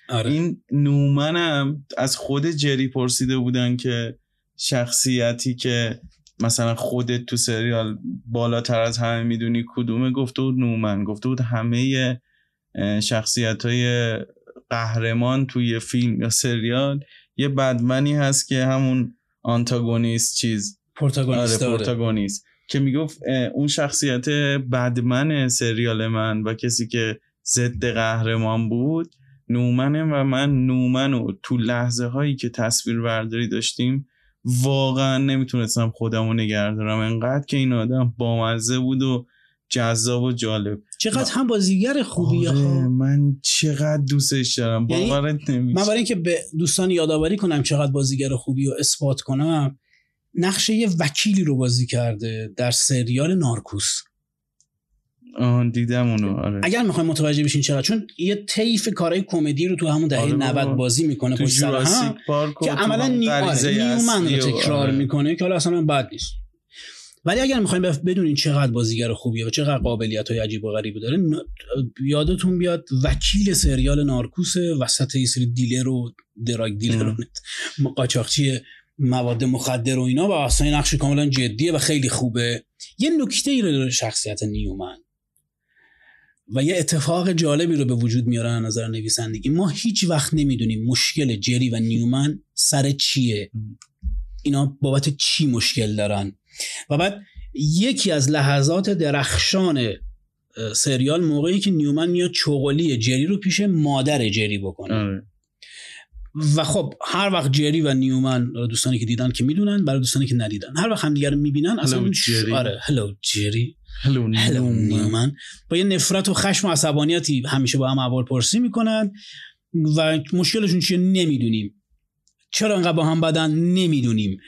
آره. این نومن هم از خود جری پرسیده بودن که شخصیتی که مثلا خودت تو سریال بالاتر از همه میدونی کدومه، گفته بود نومن. گفته بود همه شخصیت‌های قهرمان توی فیلم یا سریال یه بدمنی هست که همون آنتاگونیست چیز پروتاگونیست آره پروتاگونیست که میگفت اون شخصیت بدمن سریال من و کسی که ضد قهرمان بود نومنه و من نومنو تو لحظه هایی که تصویر برداری داشتیم واقعا نمیتونستم خودمو نگه دارم، انقدر که این آدم بامزه بود و جذاب و جالب. چقدر هم بازیگر خوبیه. آره من چقدر دوستش دارم، یعنی باورت نمیشه. من برای اینکه به دوستان یادآوری کنم چقدر بازیگر خوبی رو اثبات کنم، نقش یه وکیلی رو بازی کرده در سریال نارکوس. آه دیدم اونو. آره. اگر میخوایم متوجه بشین چقدر، چون یه طیف کارهای کمدی رو تو همون دهه آره نود بازی میکنه تو پشت سر هم که عملا نی... آره نیومن رو تکرار آره. میکنه که حالا اصلا بد نیست. ولی اگر میخوایم بدونین چقدر بازیگر خوبیه و چقدر قابلیت‌های عجیب و غریبی داره، یادتون بیاد وکیل سریال نارکوس وسط یه سری دیلر و دراگ دیلر و قاچاقچی مواد مخدر و اینا و اصلا نقش کاملا جدیه و خیلی خوبه. یه نکته ای رو داره شخصیت نیومن و یه اتفاق جالبی رو به وجود میاره از نظر نویسندگی. ما هیچ وقت نمیدونیم مشکل جری و نیومن سر چیه، اینا بابت چی مشکل دارن. و بعد یکی از لحظات درخشان سریال موقعی که نیومن میاد چغلی جری رو پیش مادر جری بکنه. اه. و خب هر وقت جری و نیومن، دوستانی که دیدن که میدونن، برای دوستانی که ندیدن، هر وقت همدیگه رو میبینن اصلا ش... آره هلو جری هلو نیومن با یه نفرت و خشم و عصبانیتی همیشه با هم احوالپرسی میکنن و مشکلشون چیه نمیدونیم، چرا انقدر با هم بدن نمیدونیم.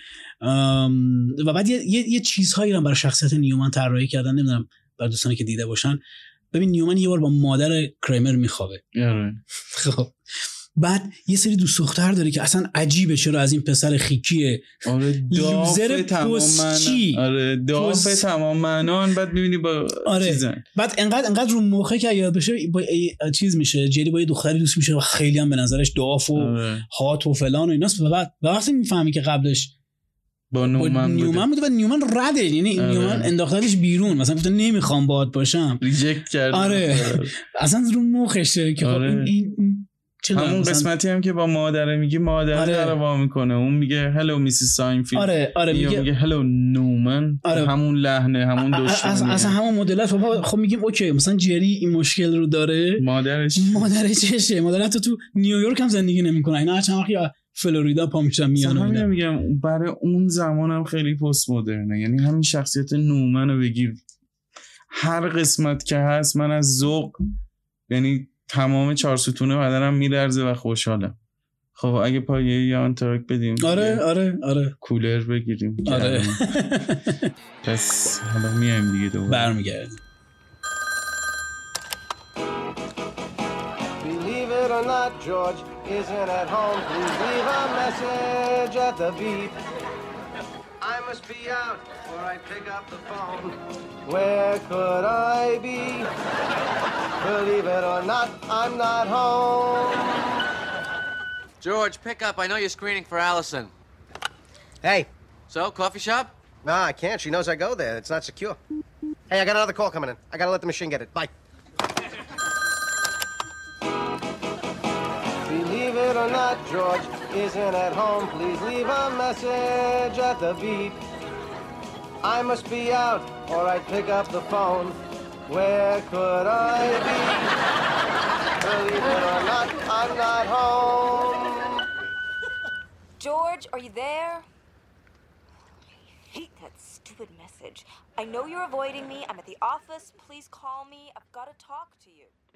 و بعد یه, یه،, یه چیزهایی رو برای شخصیت نیومن طراحی کردن، نمیدونم برای دوستانی که دیده باشن. ببین نیومن یه بار با مادر کرمر میخوابه. خب بعد یه سری دوست دختر داره که اصلا عجیبه چرا از این پسر خیکیه آره لوزر پستچی آره داف تمام معنان. بعد میبینی با آره. چیزن بعد انقدر انقدر رو مخه که یاد بشه با چیز میشه، جری با یه دختری دوست میشه و خیلی هم به نظرش داف و آره. هات و فلان و ایناست. و بعد وقتی میفهمی که قبلش با نیومن بوده. بوده و نیومن رده، یعنی آره. نیومن انداختنش بیرون، مثلا گفت نمیخوام باهات باشم، ریجکت کرد. آره اصلا رو مخشه که آره. خب این, این همون قسمتی هم که با مادره میگه مادر آره. داره وا میکنه، اون میگه هلو میسیس ساینفیلد، آره آره میگه, میگه هلو نومن، آره. همون لحنه همون دشمنی اصلا همون مدل است. خب میگیم اوکی مثلا جری این مشکل رو داره، مادرش مادرش مادرش تو نیویورک هم زندگی نمیکنه، اینا هر چند وقت یا فلوریدا پا میشن میان. همین میگم برای اون زمانم خیلی پست مدرنه، یعنی همین شخصیت نومن رو بگیر هر قسمت که هست من از ذوق یعنی تمام چهار ستونه بدنم میلرزه و خوشحالم. خب اگه پایه یا آنتراک بدیم آره آره آره کولر بگیریم آره پس حالا میایم دیگه دوباره برمیگردیم. Believe it or not, George isn't at home. Please leave a message at the beep. I must be out or I pick up the phone. Where could I be? Believe it or not, I'm not home. George, pick up. I know you're screening for Allison. Hey. So, coffee shop? Nah, I can't. She knows I go there. It's not secure. Hey, I got another call coming in. I gotta let the machine get it. Bye. Believe it or not, George isn't at home. Please leave a message at the beep. I must be out or I'd pick up the phone. Where could I be? Believe it or not, I'm not home. George, are you there? I hate that stupid message. I know you're avoiding me. I'm at the office. Please call me. I've got to talk to you.